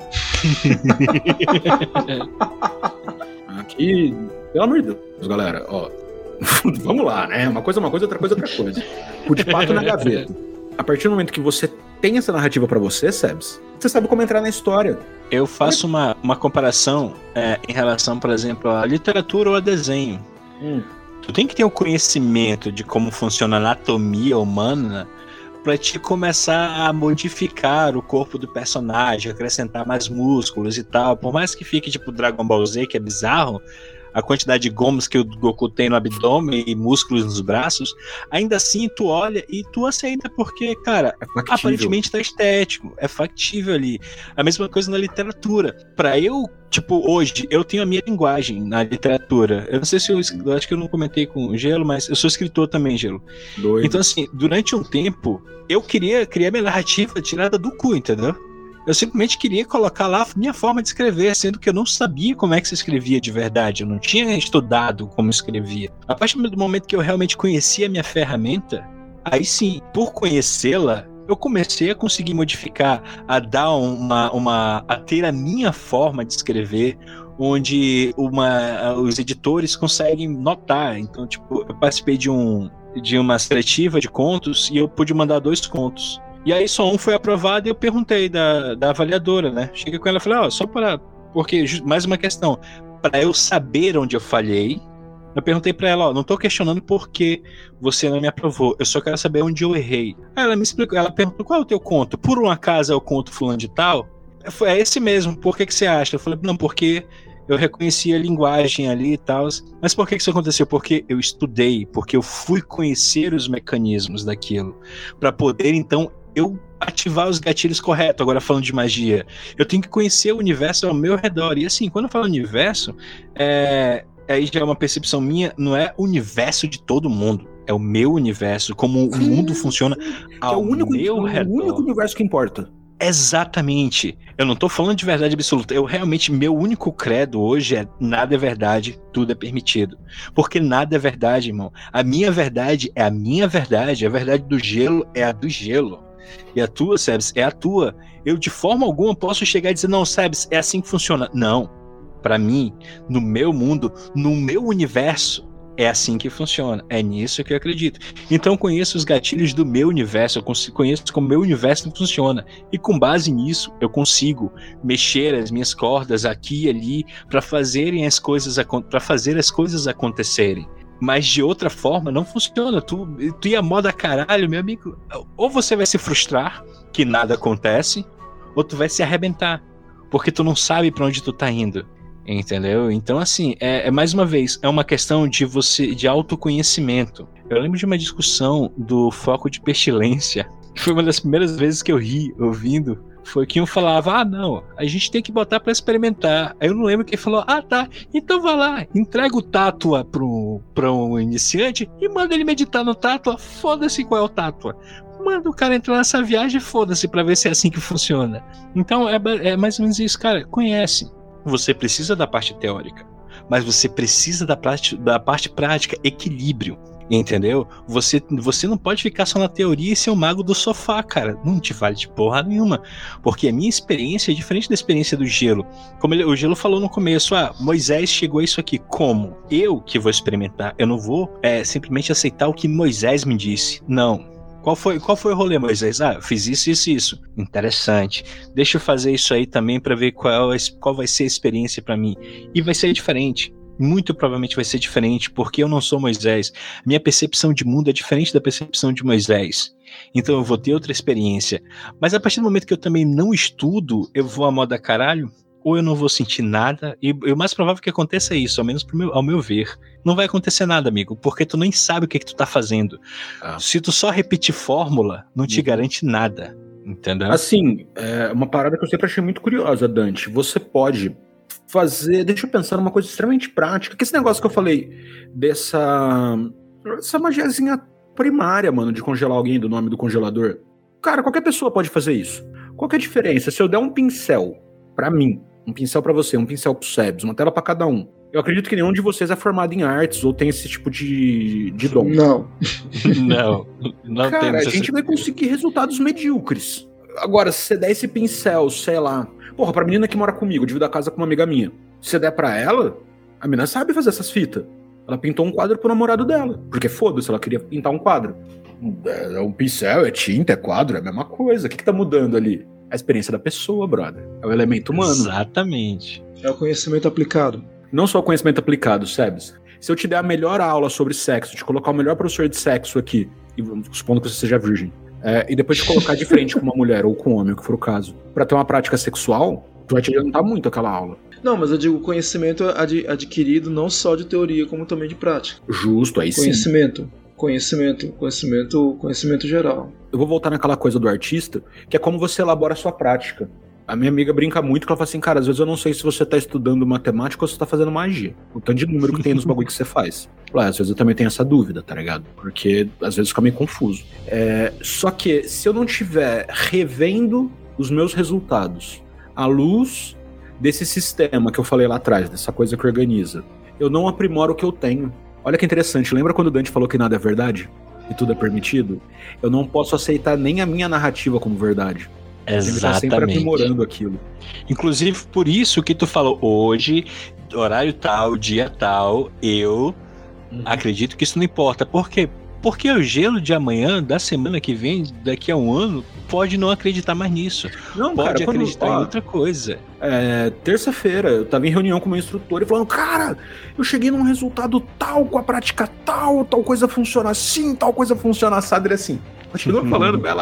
Aqui, pelo amor de Deus, galera, ó. Vamos lá, né? Uma coisa é uma coisa, outra coisa é outra coisa. O de pato na gaveta. A partir do momento que você tem essa narrativa pra você, Sebs, você sabe como entrar na história. Eu faço uma comparação em relação, por exemplo, à literatura ou a desenho. Tu tem que ter um conhecimento de como funciona a anatomia humana pra te começar a modificar o corpo do personagem, acrescentar mais músculos e tal. Por mais que fique tipo Dragon Ball Z, que é bizarro, a quantidade de gomos que o Goku tem no abdômen e músculos nos braços, ainda assim tu olha e tu aceita porque, cara, aparentemente tá estético, é factível ali. A mesma coisa na literatura. Pra eu, tipo, hoje, eu tenho a minha linguagem na literatura. Eu não sei se eu acho que eu não comentei com o Gelo, mas eu sou escritor também, Gelo. Doido. Então, assim, durante um tempo, eu queria criar minha narrativa tirada do cu, entendeu? Eu simplesmente queria colocar lá a minha forma de escrever, sendo que eu não sabia como é que se escrevia de verdade. Eu não tinha estudado como escrevia. A partir do momento que eu realmente conhecia a minha ferramenta, aí sim, por conhecê-la, eu comecei a conseguir modificar, a dar a ter a minha forma de escrever, onde os editores conseguem notar. Então, tipo, eu participei de uma seletiva de contos e eu pude mandar 2 contos. E aí só um foi aprovado e eu perguntei da avaliadora, né? Cheguei com ela e falei, só para... Porque, mais uma questão, para eu saber onde eu falhei, eu perguntei para ela, não tô questionando por que você não me aprovou, eu só quero saber onde eu errei. Aí ela me explicou, ela perguntou, qual é o teu conto? Por um acaso é o conto fulano de tal? É esse mesmo, por que você acha? Eu falei, não, porque eu reconheci a linguagem ali e tal. Mas por que isso aconteceu? Porque eu estudei, porque eu fui conhecer os mecanismos daquilo, para poder, então, eu ativar os gatilhos corretos. Agora, falando de magia, eu tenho que conhecer o universo ao meu redor. E assim, quando eu falo universo, aí já é uma percepção minha, não é o universo de todo mundo, é o meu universo, como o mundo funciona ao meu redor. O único universo que importa. Exatamente. Eu não tô falando de verdade absoluta. Meu único credo hoje é nada é verdade, tudo é permitido. Porque nada é verdade, irmão. A minha verdade é a minha verdade. A verdade do gelo é a do gelo. E a tua, Sebs, é a tua. Eu de forma alguma posso chegar e dizer, não, Sebs, é assim que funciona. Não. Pra mim, no meu mundo, no meu universo, é assim que funciona. É nisso que eu acredito. Então eu conheço os gatilhos do meu universo, eu conheço como o meu universo funciona. E com base nisso, eu consigo mexer as minhas cordas aqui e ali para fazer as coisas acontecerem. Mas de outra forma não funciona. Tu ia moda caralho, meu amigo. Ou você vai se frustrar que nada acontece, ou tu vai se arrebentar, porque tu não sabe para onde tu tá indo. Entendeu? Então, assim, mais uma vez, é uma questão de autoconhecimento. Eu lembro de uma discussão do foco de pestilência. Foi uma das primeiras vezes que eu ri ouvindo. Foi que um falava, não, a gente tem que botar pra experimentar. Aí eu não lembro quem falou, tá, então vai lá, entrega o tátua pra um iniciante e manda ele meditar no tátua, foda-se qual é o tátua. Manda o cara entrar nessa viagem, foda-se, pra ver se é assim que funciona. Então, é mais ou menos isso, cara, conhece. Você precisa da parte teórica, mas você precisa da parte prática, equilíbrio, entendeu? Você não pode ficar só na teoria e ser um mago do sofá, cara. Não te vale de porra nenhuma. Porque a minha experiência é diferente da experiência do Gelo. Como o Gelo falou no começo, Moisés chegou a isso aqui. Como? Eu que vou experimentar. Eu não vou simplesmente aceitar o que Moisés me disse. Não. Qual foi o rolê, Moisés? Eu fiz isso. Interessante. Deixa eu fazer isso aí também para ver qual vai ser a experiência para mim. E vai ser diferente. Muito provavelmente vai ser diferente, porque eu não sou Moisés. Minha percepção de mundo é diferente da percepção de Moisés. Então eu vou ter outra experiência. Mas a partir do momento que eu também não estudo, eu vou a moda caralho, ou eu não vou sentir nada, e o mais provável que aconteça é isso, ao menos ao meu ver. Não vai acontecer nada, amigo, porque tu nem sabe o que tu tá fazendo. Se tu só repetir fórmula, não te garante nada, entendeu? Assim, uma parada que eu sempre achei muito curiosa, Dante. Você pode fazer, deixa eu pensar numa coisa extremamente prática, que esse negócio que eu falei, essa magiazinha primária, mano, de congelar alguém do nome do congelador. Cara, qualquer pessoa pode fazer isso. Qual que é a diferença? Se eu der um pincel pra mim, um pincel pra você, um pincel pro Sebs, uma tela pra cada um. Eu acredito que nenhum de vocês é formado em artes ou tem esse tipo de dom. Não cara, temos a gente vai conseguir resultados medíocres. Agora, se você der esse pincel, sei lá, porra, pra menina que mora comigo, divido a casa com uma amiga minha, se você der pra ela, a menina sabe fazer essas fitas. Ela pintou um quadro pro namorado dela, porque foda-se, ela queria pintar um quadro. É um pincel, é tinta, é quadro, é a mesma coisa. O que tá mudando ali? A experiência da pessoa, brother. É o elemento humano. Exatamente. É o conhecimento aplicado. Não só o conhecimento aplicado, Sebs. Se eu te der a melhor aula sobre sexo, te colocar o melhor professor de sexo aqui, e supondo que você seja virgem, e depois te colocar de frente com uma mulher ou com um homem, o que for o caso, pra ter uma prática sexual, tu vai te adiantar muito aquela aula. Não, mas eu digo conhecimento adquirido não só de teoria, como também de prática. Justo, aí sim. Conhecimento geral. Eu vou voltar naquela coisa do artista, que é como você elabora a sua prática. A minha amiga brinca muito, que ela fala assim, cara, às vezes eu não sei se você tá estudando matemática ou se você tá fazendo magia. O tanto de número que tem nos bagulho que você faz. Às vezes eu também tenho essa dúvida, tá ligado? Porque às vezes fica meio confuso. Só que se eu não estiver revendo os meus resultados à luz desse sistema que eu falei lá atrás, dessa coisa que organiza, eu não aprimoro o que eu tenho. Olha que interessante, lembra quando o Dante falou que nada é verdade? E tudo é permitido? Eu não posso aceitar nem a minha narrativa como verdade. Exatamente. Ele tá sempre aprimorando aquilo. Inclusive, por isso que tu falou hoje, horário tal, dia tal, eu acredito que isso não importa. Por quê? Porque o Gelo de amanhã, da semana que vem, daqui a um ano, pode não acreditar mais nisso. Não, pode cara, acreditar em outra coisa. Terça-feira, eu tava em reunião com o meu instrutor e falando, cara, eu cheguei num resultado tal, com a prática tal coisa funciona assim, tal coisa funciona assado. Ele assim, continua falando, vai lá.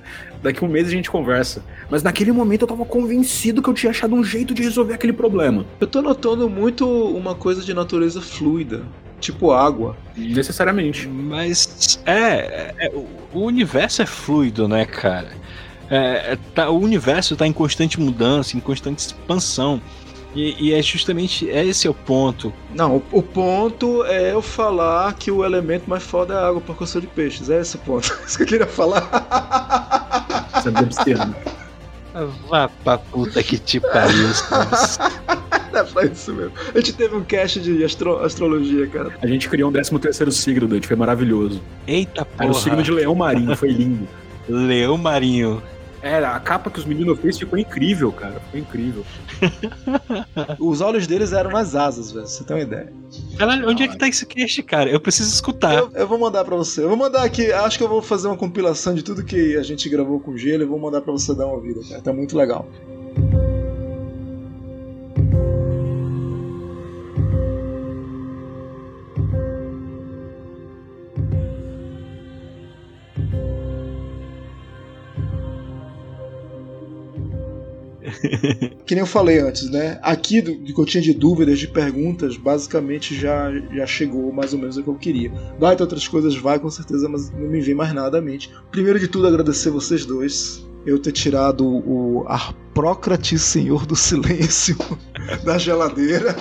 Daqui um mês a gente conversa. Mas naquele momento eu tava convencido que eu tinha achado um jeito de resolver aquele problema. Eu tô notando muito uma coisa de natureza fluida, tipo água. Necessariamente. Mas o universo é fluido, né, cara? O universo tá em constante mudança, em constante expansão. E é justamente esse é o ponto. Não, o ponto é eu falar que o elemento mais foda é a água, porque eu sou de peixes. É esse o ponto. Isso que eu queria falar. Sabe de absterno. Vá pra puta que te pariu. É pra isso mesmo. A gente teve um cast de astrologia, cara. A gente criou um 13º signo, Dante, foi maravilhoso. Eita porra. Era o signo de Leão Marinho, foi lindo. Leão Marinho. A capa que os meninos fez ficou incrível, cara. Ficou incrível. Os olhos deles eram nas asas, velho. Você tem uma ideia. Caralho, onde é que tá esse cast, cara? Eu preciso escutar. Eu vou mandar pra você. Eu vou mandar aqui. Acho que eu vou fazer uma compilação de tudo que a gente gravou com o Gelo. Eu vou mandar pra você dar uma ouvida, cara. Tá muito legal. Que nem eu falei antes, né? Aqui do que eu tinha de dúvidas, de perguntas, basicamente já chegou mais ou menos o que eu queria. Vai ter outras coisas, vai com certeza, mas não me vem mais nada à mente. Primeiro de tudo, agradecer vocês dois. Eu ter tirado o Arprócrates Senhor do Silêncio da geladeira.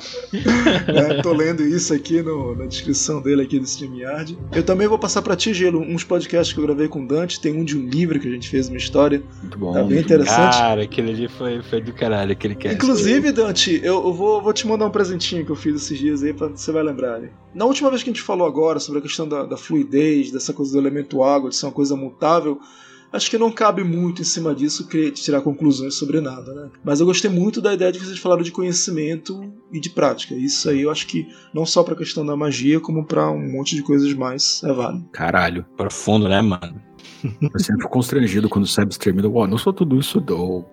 Tô lendo isso aqui na descrição dele aqui do StreamYard. Eu também vou passar pra ti, Gelo, uns podcasts que eu gravei com o Dante. Tem um de um livro que a gente fez uma história. Muito bom. Tá bem interessante. Cara, aquele ali foi do caralho, aquele cast. Inclusive, Dante, eu vou te mandar um presentinho que eu fiz esses dias aí, você vai lembrar. Né? Na última vez que a gente falou agora sobre a questão da fluidez, dessa coisa do elemento água, de ser uma coisa mutável, acho que não cabe muito em cima disso tirar conclusões sobre nada, né? Mas eu gostei muito da ideia de que vocês falaram de conhecimento e de prática. Isso aí eu acho que não só pra questão da magia, como pra um monte de coisas mais é válido. Caralho. Profundo, né, mano? Eu sempre fico constrangido quando o Sebs termina. Não sou tudo isso, não.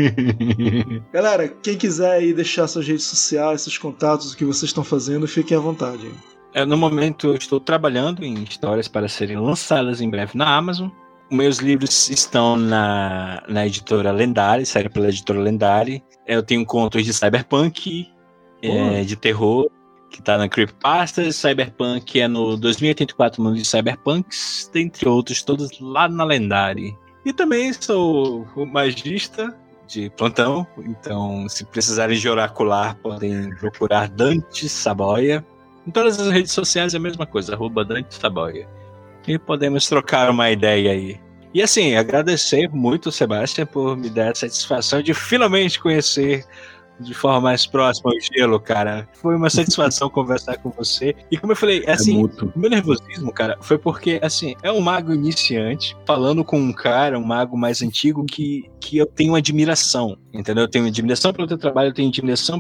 Galera, quem quiser aí deixar suas redes sociais, seus contatos, o que vocês estão fazendo, fiquem à vontade. No momento eu estou trabalhando em histórias para serem lançadas em breve na Amazon. Meus livros estão na editora Lendari, saíram pela editora Lendari. Eu tenho contos de cyberpunk, de terror, que tá na Creepypastas. Cyberpunk é no 2084 Mundo de Cyberpunks, dentre outros, todos lá na Lendari. E também sou o magista de plantão, então se precisarem de oracular, podem procurar Dante Saboia. Em todas as redes sociais é a mesma coisa, @Dante Saboia. E podemos trocar uma ideia aí. E assim, agradecer muito, Sebastião, por me dar a satisfação de finalmente conhecer de forma mais próxima o Gelo, cara. Foi uma satisfação conversar com você. E como eu falei, assim, o meu nervosismo, cara, foi porque, assim, é um mago iniciante falando com um cara, um mago mais antigo que eu tenho admiração, entendeu? Eu tenho admiração pelo teu trabalho, eu tenho admiração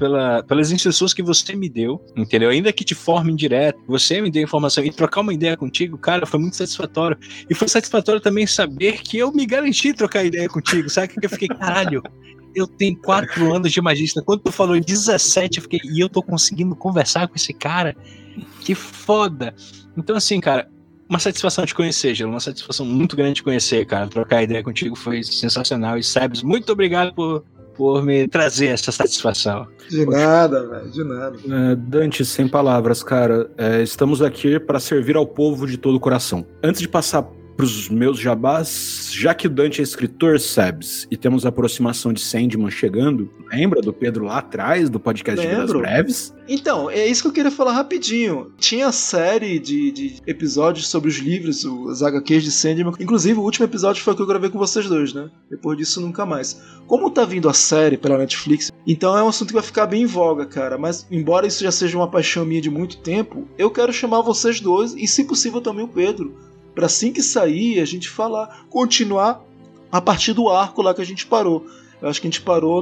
pelas instruções que você me deu, entendeu? Ainda que de forma indireta, você me deu informação e trocar uma ideia contigo, cara, foi muito satisfatório. E foi satisfatório também saber que eu me garanti trocar ideia contigo, sabe? Que eu fiquei, caralho, eu tenho 4 anos de magista. Quando tu falou em 17, eu fiquei, e eu tô conseguindo conversar com esse cara? Que foda! Então, assim, cara, uma satisfação de conhecer, Gelo, uma satisfação muito grande de conhecer, cara. Trocar ideia contigo foi sensacional. E Sebs, muito obrigado por me trazer essa satisfação. De nada, velho, de nada. Dante, sem palavras, cara. Estamos aqui para servir ao povo de todo o coração. Antes de passar pros meus jabás, já que o Dante é escritor, Sebs, e temos a aproximação de Sandman chegando, lembra do Pedro lá atrás, do podcast de Vidas Breves? Então, é isso que eu queria falar rapidinho. Tinha série de episódios sobre os livros, os HQs de Sandman. Inclusive, o último episódio foi o que eu gravei com vocês dois, né? Depois disso, nunca mais. Como tá vindo a série pela Netflix, então é um assunto que vai ficar bem em voga, cara. Mas, embora isso já seja uma paixão minha de muito tempo, eu quero chamar vocês dois, e se possível também o Pedro, pra assim que sair, a gente falar, continuar a partir do arco lá que a gente parou. Eu acho que a gente parou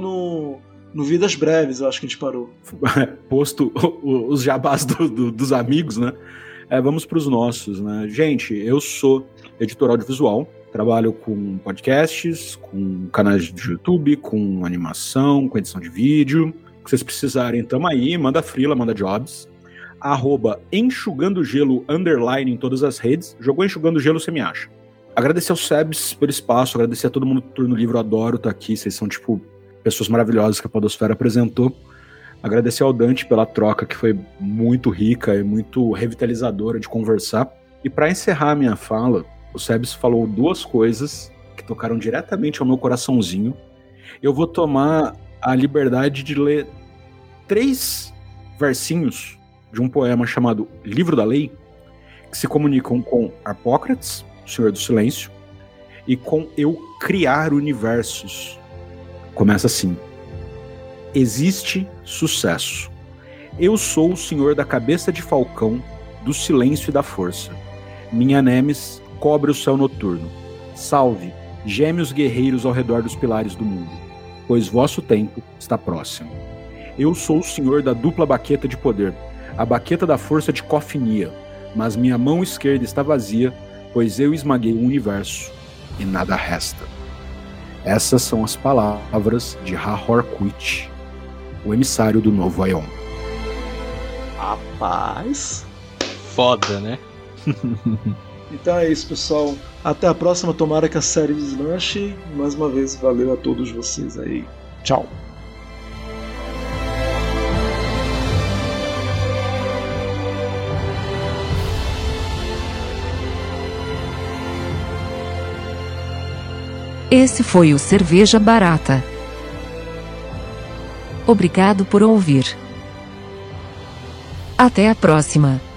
no Vidas Breves, eu acho que a gente parou. Posto os jabás dos amigos, né? Vamos pros nossos, né? Gente, eu sou editor audiovisual, trabalho com podcasts, com canais de YouTube, com animação, com edição de vídeo. Se vocês precisarem, tamo aí, manda freela, manda jobs. @enxugandogelo_ em todas as redes. Jogou Enxugando Gelo, você me acha. Agradecer ao Sebs pelo espaço, agradecer a todo mundo do Turno Livre, eu adoro estar aqui, vocês são, tipo, pessoas maravilhosas que a Podosfera apresentou. Agradecer ao Dante pela troca, que foi muito rica e muito revitalizadora de conversar. E para encerrar a minha fala, o Sebs falou 2 coisas que tocaram diretamente ao meu coraçãozinho. Eu vou tomar a liberdade de ler 3 versinhos de um poema chamado Livro da Lei, que se comunicam com Harpócrates, o Senhor do Silêncio, e com eu criar universos. Começa assim: existe sucesso. Eu sou o senhor da cabeça de falcão, do silêncio e da força. Minha Nemes cobre o céu noturno. Salve, gêmeos guerreiros ao redor dos pilares do mundo, pois vosso tempo está próximo. Eu sou o senhor da dupla baqueta de poder, a baqueta da força de Cofinia, mas minha mão esquerda está vazia, pois eu esmaguei o universo e nada resta. Essas são as palavras de Ha-Horquit, o emissário do novo Aion. Rapaz. Foda, né? Então é isso, pessoal. Até a próxima. Tomara que a série deslanche. Mais uma vez, valeu a todos vocês aí. Tchau. Esse foi o Cerveja Barata. Obrigado por ouvir. Até a próxima.